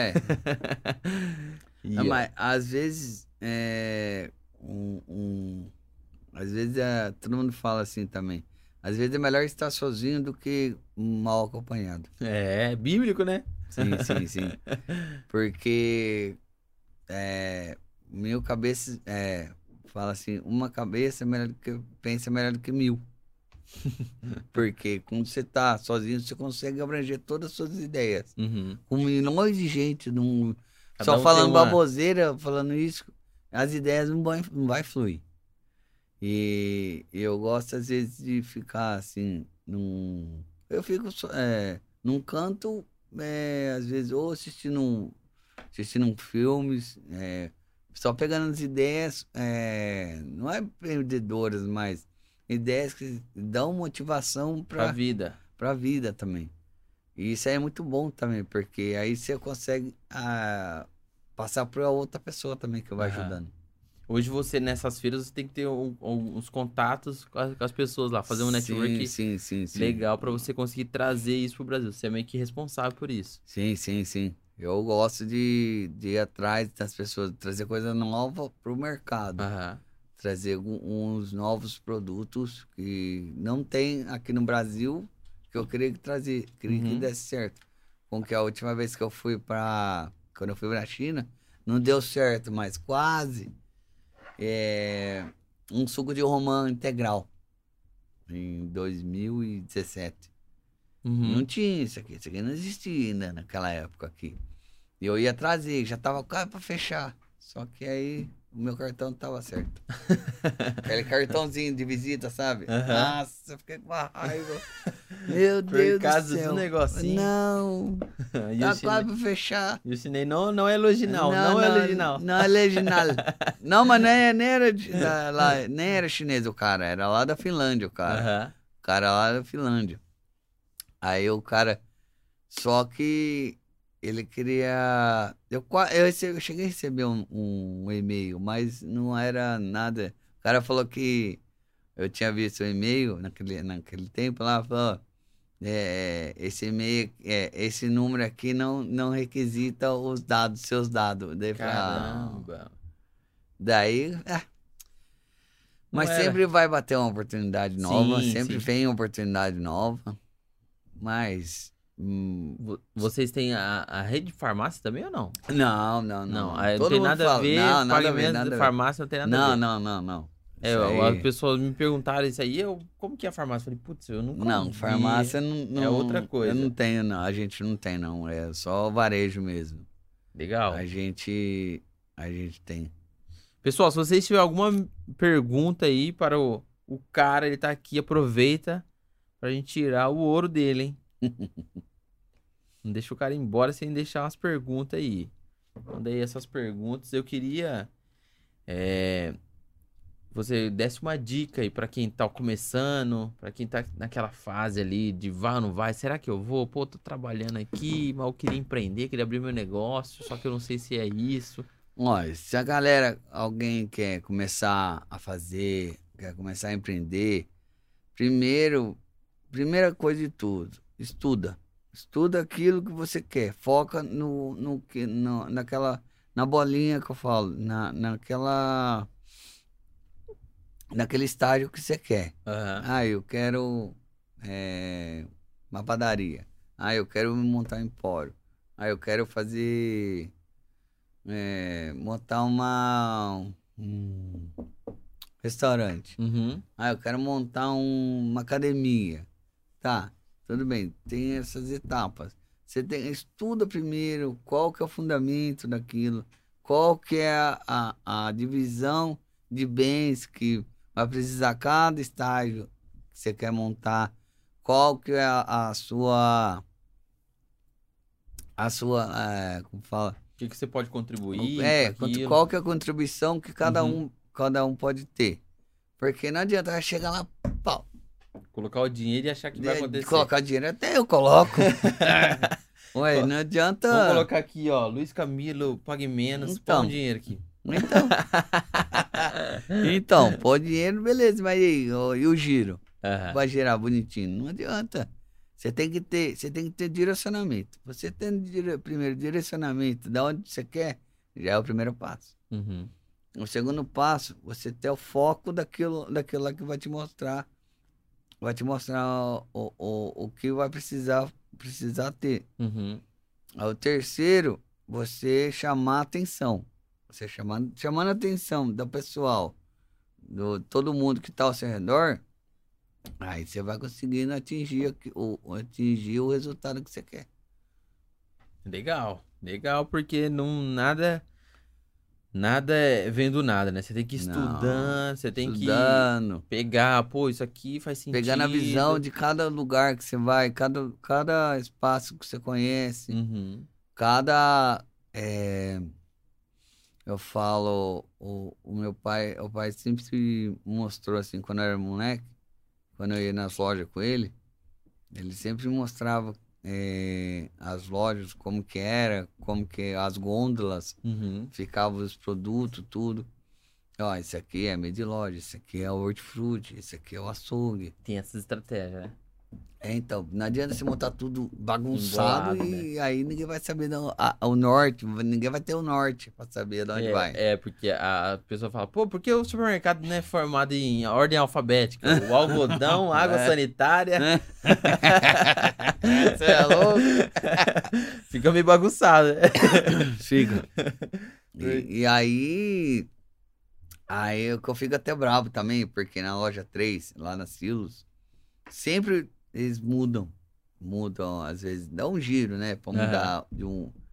Mas, às vezes, às vezes todo mundo fala assim também. Às vezes é melhor estar sozinho do que mal acompanhado.
É bíblico, né?
Sim. Porque minha cabeça fala assim, uma cabeça pensa melhor do que 1000. Porque quando você tá sozinho, você consegue abranger todas as suas ideias. Com milhões de gente, só falando baboseira, falando isso, as ideias não vai fluir. E eu gosto, às vezes, de ficar assim, eu fico num canto, às vezes, ou assistindo filmes, só pegando as ideias, não é perdedoras, mas ideias que dão motivação
pra vida.
Pra vida também. E isso aí é muito bom também, porque aí você consegue passar para outra pessoa também que vai ajudando.
Hoje você, nessas feiras, você tem que ter uns contatos com as pessoas lá, fazer um network
sim.
legal para você conseguir trazer isso pro Brasil. Você é meio que responsável por isso.
Sim. Eu gosto de ir atrás das pessoas, trazer coisa nova pro mercado. Trazer uns novos produtos que não tem aqui no Brasil, que eu queria que desse certo. Com que a última vez que eu fui quando eu fui pra China, não deu certo, mas quase. Um suco de romã integral. Em 2017. Não tinha isso aqui não existia ainda naquela época aqui. E eu ia trazer, já tava quase pra fechar. Só que aí o meu cartão não tava certo. Aquele cartãozinho de visita, sabe? Nossa, eu fiquei com uma raiva. Meu Deus do céu. Por causa
do negocinho.
Não. Tá quase pra fechar.
E o chinês não é original, não é original.
Não é original. Não, mas nem era chinês o cara, era lá da Finlândia o cara. O cara lá da Finlândia. Aí o cara, só que ele queria... Eu cheguei a receber um e-mail, mas não era nada. O cara falou que eu tinha visto o e-mail naquele tempo lá, falou, esse e-mail, esse número aqui não requisita seus dados. Daí,
caramba!
Daí, mas sempre vai bater uma oportunidade nova, sempre vem uma oportunidade nova, mas...
Vocês têm a rede de farmácia também ou não?
Não.
Não tem nada a ver, pagamento de farmácia não tem nada a ver.
Não.
As pessoas me perguntaram isso aí, como que é a farmácia? Eu falei, putz, eu nunca
Não,
vi.
farmácia não...
É outra coisa.
Eu não tenho, não. A gente não tem, não. É só varejo mesmo.
Legal.
A gente tem.
Pessoal, se vocês tiverem alguma pergunta aí para o cara, ele tá aqui, aproveita pra gente tirar o ouro dele, hein? Não deixa o cara ir embora sem deixar umas perguntas aí. Manda aí essas perguntas. Eu queria você desse uma dica aí pra quem tá começando, pra quem tá naquela fase ali de vai ou não vai. Será que eu vou? Pô, tô trabalhando aqui, mas eu queria empreender, queria abrir meu negócio, só que eu não sei se é isso.
Olha, se alguém quer começar a fazer, quer começar a empreender, primeira coisa de tudo, estuda. Estuda aquilo que você quer. Foca na bolinha que eu falo, naquele estágio que você quer. Eu quero uma padaria. Eu quero montar um empório. Eu quero montar restaurante.
Uhum.
Ah, eu quero montar uma academia. Tá, tudo bem, tem essas etapas. Você estuda primeiro qual que é o fundamento daquilo, qual que é a divisão de bens que vai precisar cada estágio que você quer montar, qual que é como fala?
O que você pode contribuir para aquilo?
Qual que é a contribuição que cada um pode ter. Porque não adianta chegar lá, pau,
colocar o dinheiro e achar que vai acontecer.
Colocar dinheiro até eu coloco. Ué, não adianta.
Vamos colocar aqui, ó, Luiz Camilo, pague menos, põe um dinheiro aqui.
Então, põe dinheiro, beleza, mas e o giro?
Vai
girar bonitinho? Não adianta. Você tem que ter direcionamento. Você tendo primeiro direcionamento de onde você quer, já é o primeiro passo.
Uhum.
O segundo passo, você ter o foco daquilo lá que vai te mostrar. Vai te mostrar o que vai precisar ter.
Uhum.
O terceiro, você chamar a atenção. Você chamando a atenção do pessoal, todo mundo que está ao seu redor, aí você vai conseguindo atingir o resultado que você quer.
Legal, porque nada vem do nada, né? Você tem que ir estudando, você tem que pegar, pô, isso aqui faz sentido.
Pegando a visão de cada lugar que você vai, cada espaço que você conhece, eu falo, o meu pai sempre mostrou assim, quando eu era moleque, quando eu ia nas lojas com ele sempre mostrava as lojas, como que era, como que as gôndolas, ficavam os produtos, tudo. Ó, esse aqui é meio de loja, esse aqui é o hortifruti, esse aqui é o açougue.
Tem essas estratégias, né?
Então, não adianta você montar tudo bagunçado e aí ninguém vai saber o norte, ninguém vai ter o norte pra saber de onde vai.
Porque a pessoa fala, pô, por que o supermercado não é formado em ordem alfabética? O algodão, água sanitária.
Você é louco?
Fica meio bagunçado.
Fica. E aí eu fico até bravo também, porque na loja 3, lá na Silos, sempre eles mudam, às vezes, dá um giro, né? Pra mudar de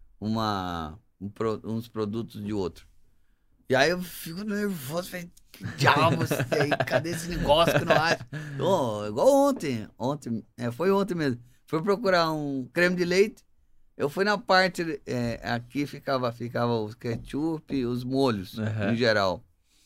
uns produtos de outro. E aí eu fico nervoso, falei, que diabos, cadê esse negócio que eu não acho? Igual ontem, foi ontem mesmo. Fui procurar um creme de leite, eu fui na parte, aqui ficava os ketchup, os molhos, em geral.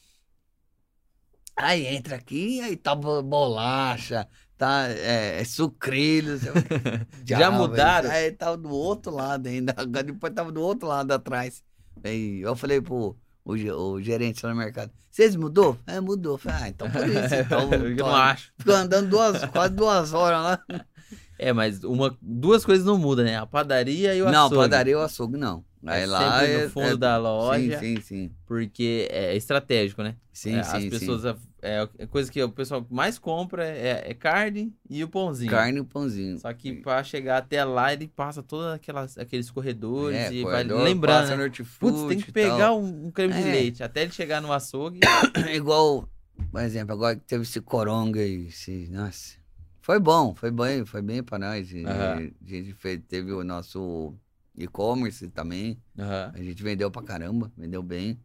Aí entra aqui, aí tá bolacha, tá sucrilhos.
Já mudaram?
Aí tava do outro lado ainda, depois tava do outro lado atrás. Aí eu falei pro o gerente lá no mercado, vocês mudou? Mudou. Falei, então por isso. Então,
eu não acho.
Ficou andando quase 2 horas lá.
Mas duas coisas não mudam, né? A padaria e o açougue.
Não, a padaria e o açougue não. Aí lá
sempre no fundo da loja.
Sim.
Porque é estratégico, né?
Sim.
As pessoas, a coisa que o pessoal mais compra é carne e o pãozinho.
Carne e o pãozinho.
Só que pra chegar até lá, ele passa todos aqueles corredores e vai lembrando, né? Putz, tem que pegar um creme de leite até ele chegar no açougue.
Igual, por exemplo, agora que teve esse coronga aí, nossa, foi bem pra nós. A gente teve o nosso e-commerce também. A gente vendeu pra caramba, vendeu bem.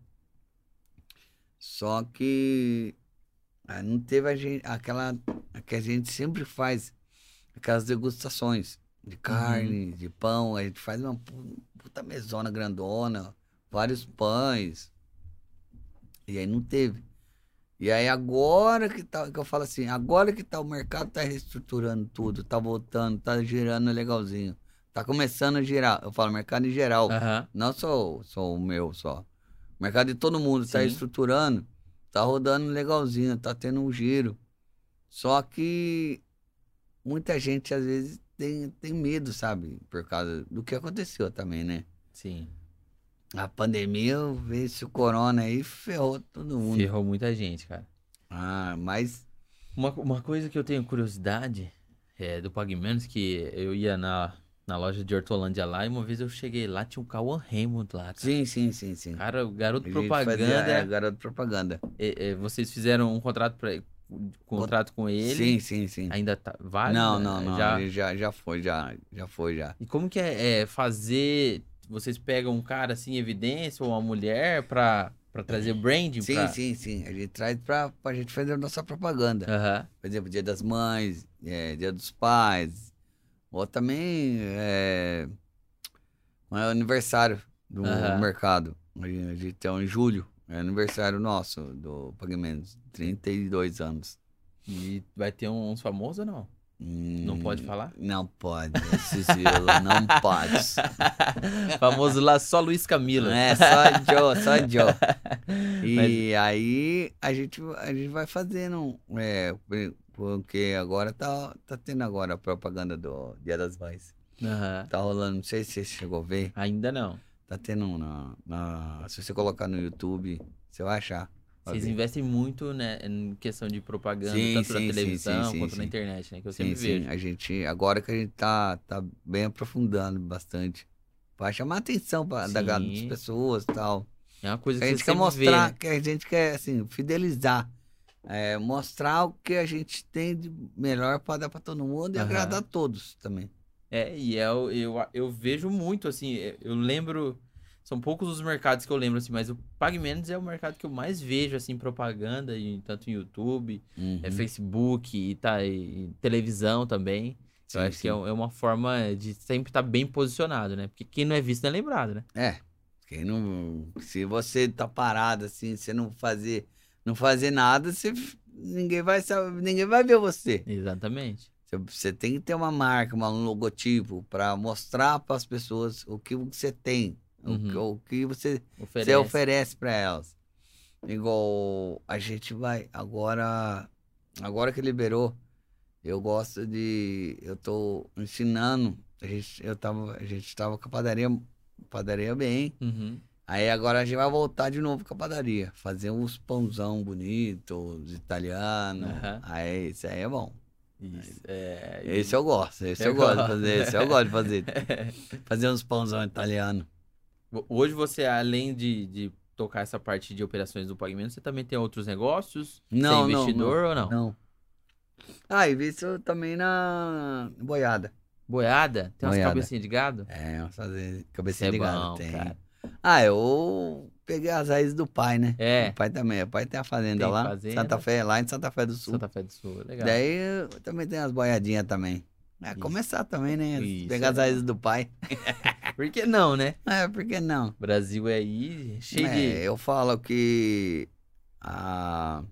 Só que não teve aquela que a gente sempre faz, aquelas degustações de carne, de pão. A gente faz uma puta mesona grandona, vários pães. E aí não teve. E aí agora que eu falo assim, agora que o mercado tá reestruturando tudo, tá voltando, tá girando legalzinho. Tá começando a girar. Eu falo mercado em geral. Não só o meu só. O mercado de todo mundo tá estruturando, tá rodando legalzinho, tá tendo um giro. Só que muita gente às vezes tem medo, sabe? Por causa do que aconteceu também, né?
Sim.
A pandemia, esse corona aí ferrou todo mundo.
Ferrou muita gente, cara.
Mas...
Uma coisa que eu tenho curiosidade do Pague Menos, que eu ia na na loja de Hortolândia lá, e uma vez eu cheguei lá, tinha um Cauã Raymond lá, cara.
Sim.
Cara, o garoto
A gente
propaganda.
fazia, garoto propaganda.
Vocês fizeram um contrato com ele?
Sim.
Ainda tá válido?
Não. Já foi.
E como que é fazer... Vocês pegam um cara assim, em evidência, ou uma mulher, pra trazer branding?
Sim. A gente traz pra gente fazer a nossa propaganda.
Aham.
Por exemplo, Dia das Mães, Dia dos Pais. Ou também o aniversário do mercado. A gente tem em julho. É aniversário nosso do Pagamentos. 32 anos.
E vai ter uns famosos ou não? Não pode falar?
Não pode. Cicilo, não pode.
Famoso lá, só Luiz Camilo.
Só Joe. E aí a gente vai fazendo. Porque agora tá tendo agora a propaganda do Dia das Mães. Tá rolando, não sei se você chegou a ver.
Ainda não.
Tá tendo se você colocar no YouTube, você vai achar.
Vocês investem muito, né, em questão de propaganda, tanto na televisão quanto na internet, né? Que eu sempre vejo.
Agora que a gente tá bem aprofundando bastante. Pra chamar a atenção das pessoas e tal.
É uma coisa
que
a
gente quer mostrar, que a gente quer, assim, fidelizar. Mostrar o que a gente tem de melhor pra dar pra todo mundo e agradar a todos também.
Eu vejo muito, assim, eu lembro... São poucos os mercados que eu lembro, assim, mas o PagMenos é o mercado que eu mais vejo, assim, propaganda, tanto em YouTube, Facebook e televisão também. Eu acho que é uma forma de sempre estar bem posicionado, né? Porque quem não é visto não é lembrado, né?
Quem não... Se você tá parado, assim, você não fazer nada, ninguém vai ver você.
Exatamente.
Você tem que ter uma marca, um logotipo para mostrar para as pessoas o que você tem. O que você oferece para elas. Igual a gente vai agora que liberou, eu tô ensinando, a gente tava com a padaria bem. Aí agora a gente vai voltar de novo com a padaria, fazer uns pãozão bonitos, italianos. Aí isso aí é bom. Esse eu gosto, eu gosto de fazer. Fazer uns pãozão italiano.
Hoje você, além de tocar essa parte de operações do PagMenos, você também tem outros negócios?
Não,
você é investidor ou não?
Não. Invisto também na boiada.
Boiada? Tem umas cabecinhas de gado?
Umas cabecinhas de gado. Tem.
Cara.
Eu peguei as raízes do pai, né? O pai também. O pai tem a fazenda lá. Lá em Santa Fé do Sul.
Legal.
Daí eu também tenho as boiadinhas também. Começar também, né? Pegar as raízes do pai.
Por que não, né?
Por que não?
Brasil é aí cheio de...
Eu falo que a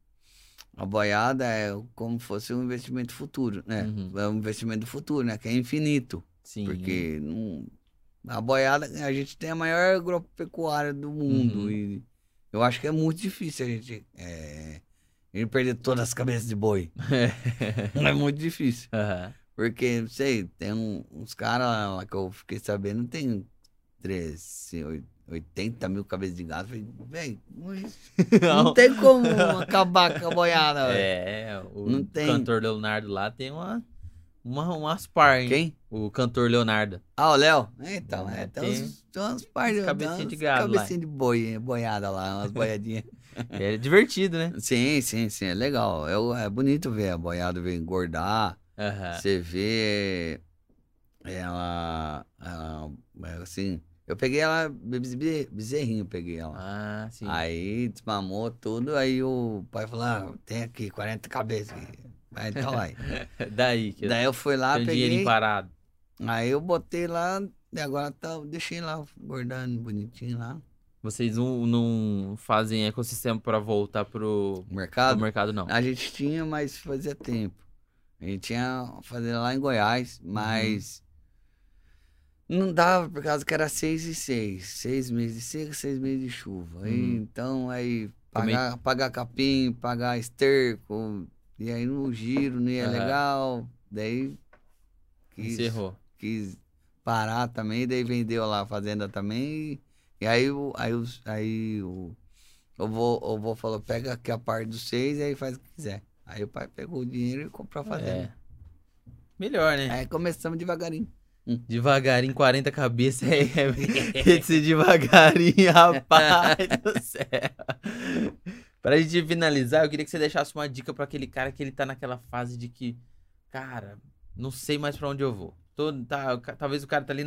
boiada é como se fosse um investimento futuro, né? É um investimento futuro, né? Que é infinito.
Sim.
Porque a boiada, a gente tem a maior agropecuária do mundo. E eu acho que é muito difícil a gente perder todas as cabeças de boi. É muito difícil. Porque, não sei, tem uns caras lá que eu fiquei sabendo, tem 80 mil cabeças de gado. Eu falei, velho, não tem como acabar com a boiada.
O cantor Leonardo lá tem umas par, hein?
Quem?
O cantor Leonardo.
O Léo? Então, tem umas par de
cabecinha de gado
cabecinha de boi, boiada lá, umas boiadinhas.
É divertido, né?
Sim, é legal. É bonito ver a boiada ver engordar. Você vê ela assim, eu peguei ela bezerrinho, peguei ela.
Sim.
Aí desmamou tudo, aí o pai falou, tem aqui 40 cabeças aqui. Então vai.
Daí
eu fui lá,
peguei
dinheirinho
parado.
Aí eu botei lá, e agora deixei lá, guardando bonitinho lá.
Vocês não fazem ecossistema para voltar pro mercado, não?
A gente tinha, mas fazia tempo. A gente tinha fazenda lá em Goiás, mas não dava por causa que era 6 e 6. 6 meses de seca, 6 meses de chuva. Então, pagar capim, pagar esterco, e aí no giro não ia legal. Daí
encerrou.
Quis parar também, daí vendeu lá a fazenda também. E aí o vô falou, pega aqui a parte dos 6 e aí faz o que quiser. Aí o pai pegou o dinheiro e comprou a fazenda.
Melhor, né?
Aí começamos devagarinho.
Devagarinho, 40 cabeças. Tem que ser devagarinho, rapaz do céu. Pra gente finalizar, eu queria que você deixasse uma dica pra aquele cara que ele tá naquela fase de que, cara, não sei mais pra onde eu vou. Talvez o cara tá ali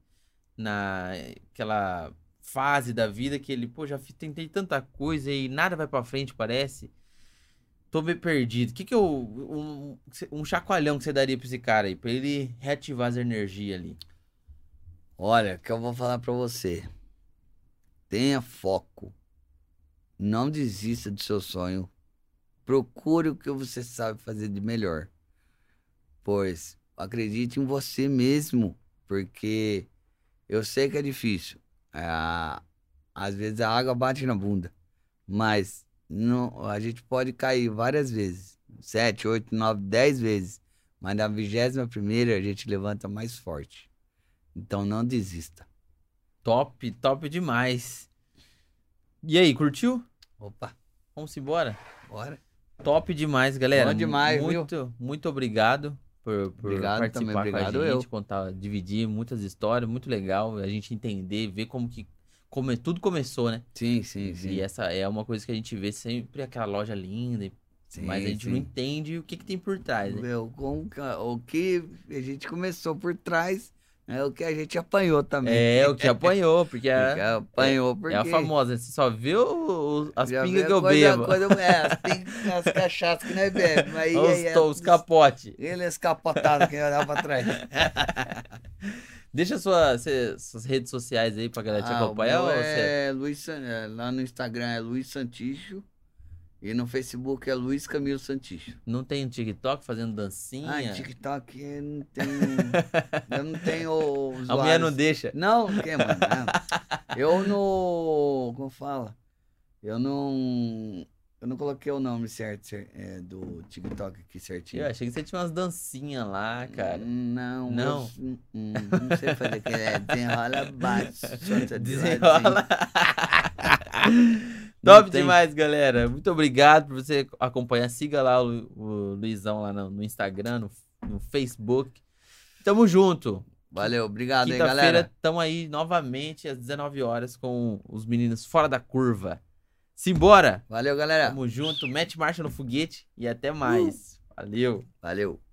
naquela fase da vida que ele, pô, já tentei tanta coisa e nada vai pra frente, parece. Tô meio perdido. O que que um chacoalhão que você daria pra esse cara aí, pra ele reativar as energias ali?
Olha, o que eu vou falar pra você. Tenha foco. Não desista do seu sonho. Procure o que você sabe fazer de melhor. Pois acredite em você mesmo, porque eu sei que é difícil. Às vezes a água bate na bunda, mas não, a gente pode cair várias vezes, 7, 8, 9, 10 vezes, mas na 21ª a gente levanta mais forte. Então não desista.
Top, top demais. E aí, curtiu?
Opa,
Vamos embora?
bora.
Top demais, galera.
Bom demais,
muito obrigado por
Obrigado
participar
também,
com a
obrigado
gente, dividir muitas histórias, muito legal a gente entender, ver como tudo começou, né?
Sim, sim, sim.
E essa é uma coisa que a gente vê sempre, aquela loja linda,
Sim,
mas a gente não entende o que tem por trás, né?
O que a gente começou por trás é o que a gente apanhou também.
É, o que apanhou, porque
apanhou porque
é a famosa, você só vê as
já
pingas
vê
que eu bebo.
As cachaças que nós bebemos.
Os capotes.
Eles capotados que olhar pra trás.
Deixa suas redes sociais aí pra galera te acompanhar.
Lá no Instagram é Luiz Santicho. E no Facebook é Luiz Camilo Santicho.
Não tem TikTok fazendo dancinha?
Em TikTok eu não tenho. Eu não tenho usuários.
A mulher não deixa?
Não, não quer, mano. Eu não. Como fala? Eu não coloquei o nome certo do TikTok aqui certinho.
Eu achei que você tinha umas dancinhas lá, cara.
Não.
Não?
Não sei fazer aquele. Desenrola baixo.
Desenrola. Top demais, galera. Muito obrigado por você acompanhar. Siga lá o Luizão lá no Instagram, no Facebook. Tamo junto.
Valeu, obrigado aí, galera.
Quinta-feira tamo aí novamente às 19 horas com os meninos Fora da Curva. Simbora!
Valeu, galera.
Tamo junto, mete marcha no foguete e até mais. Valeu!
Valeu.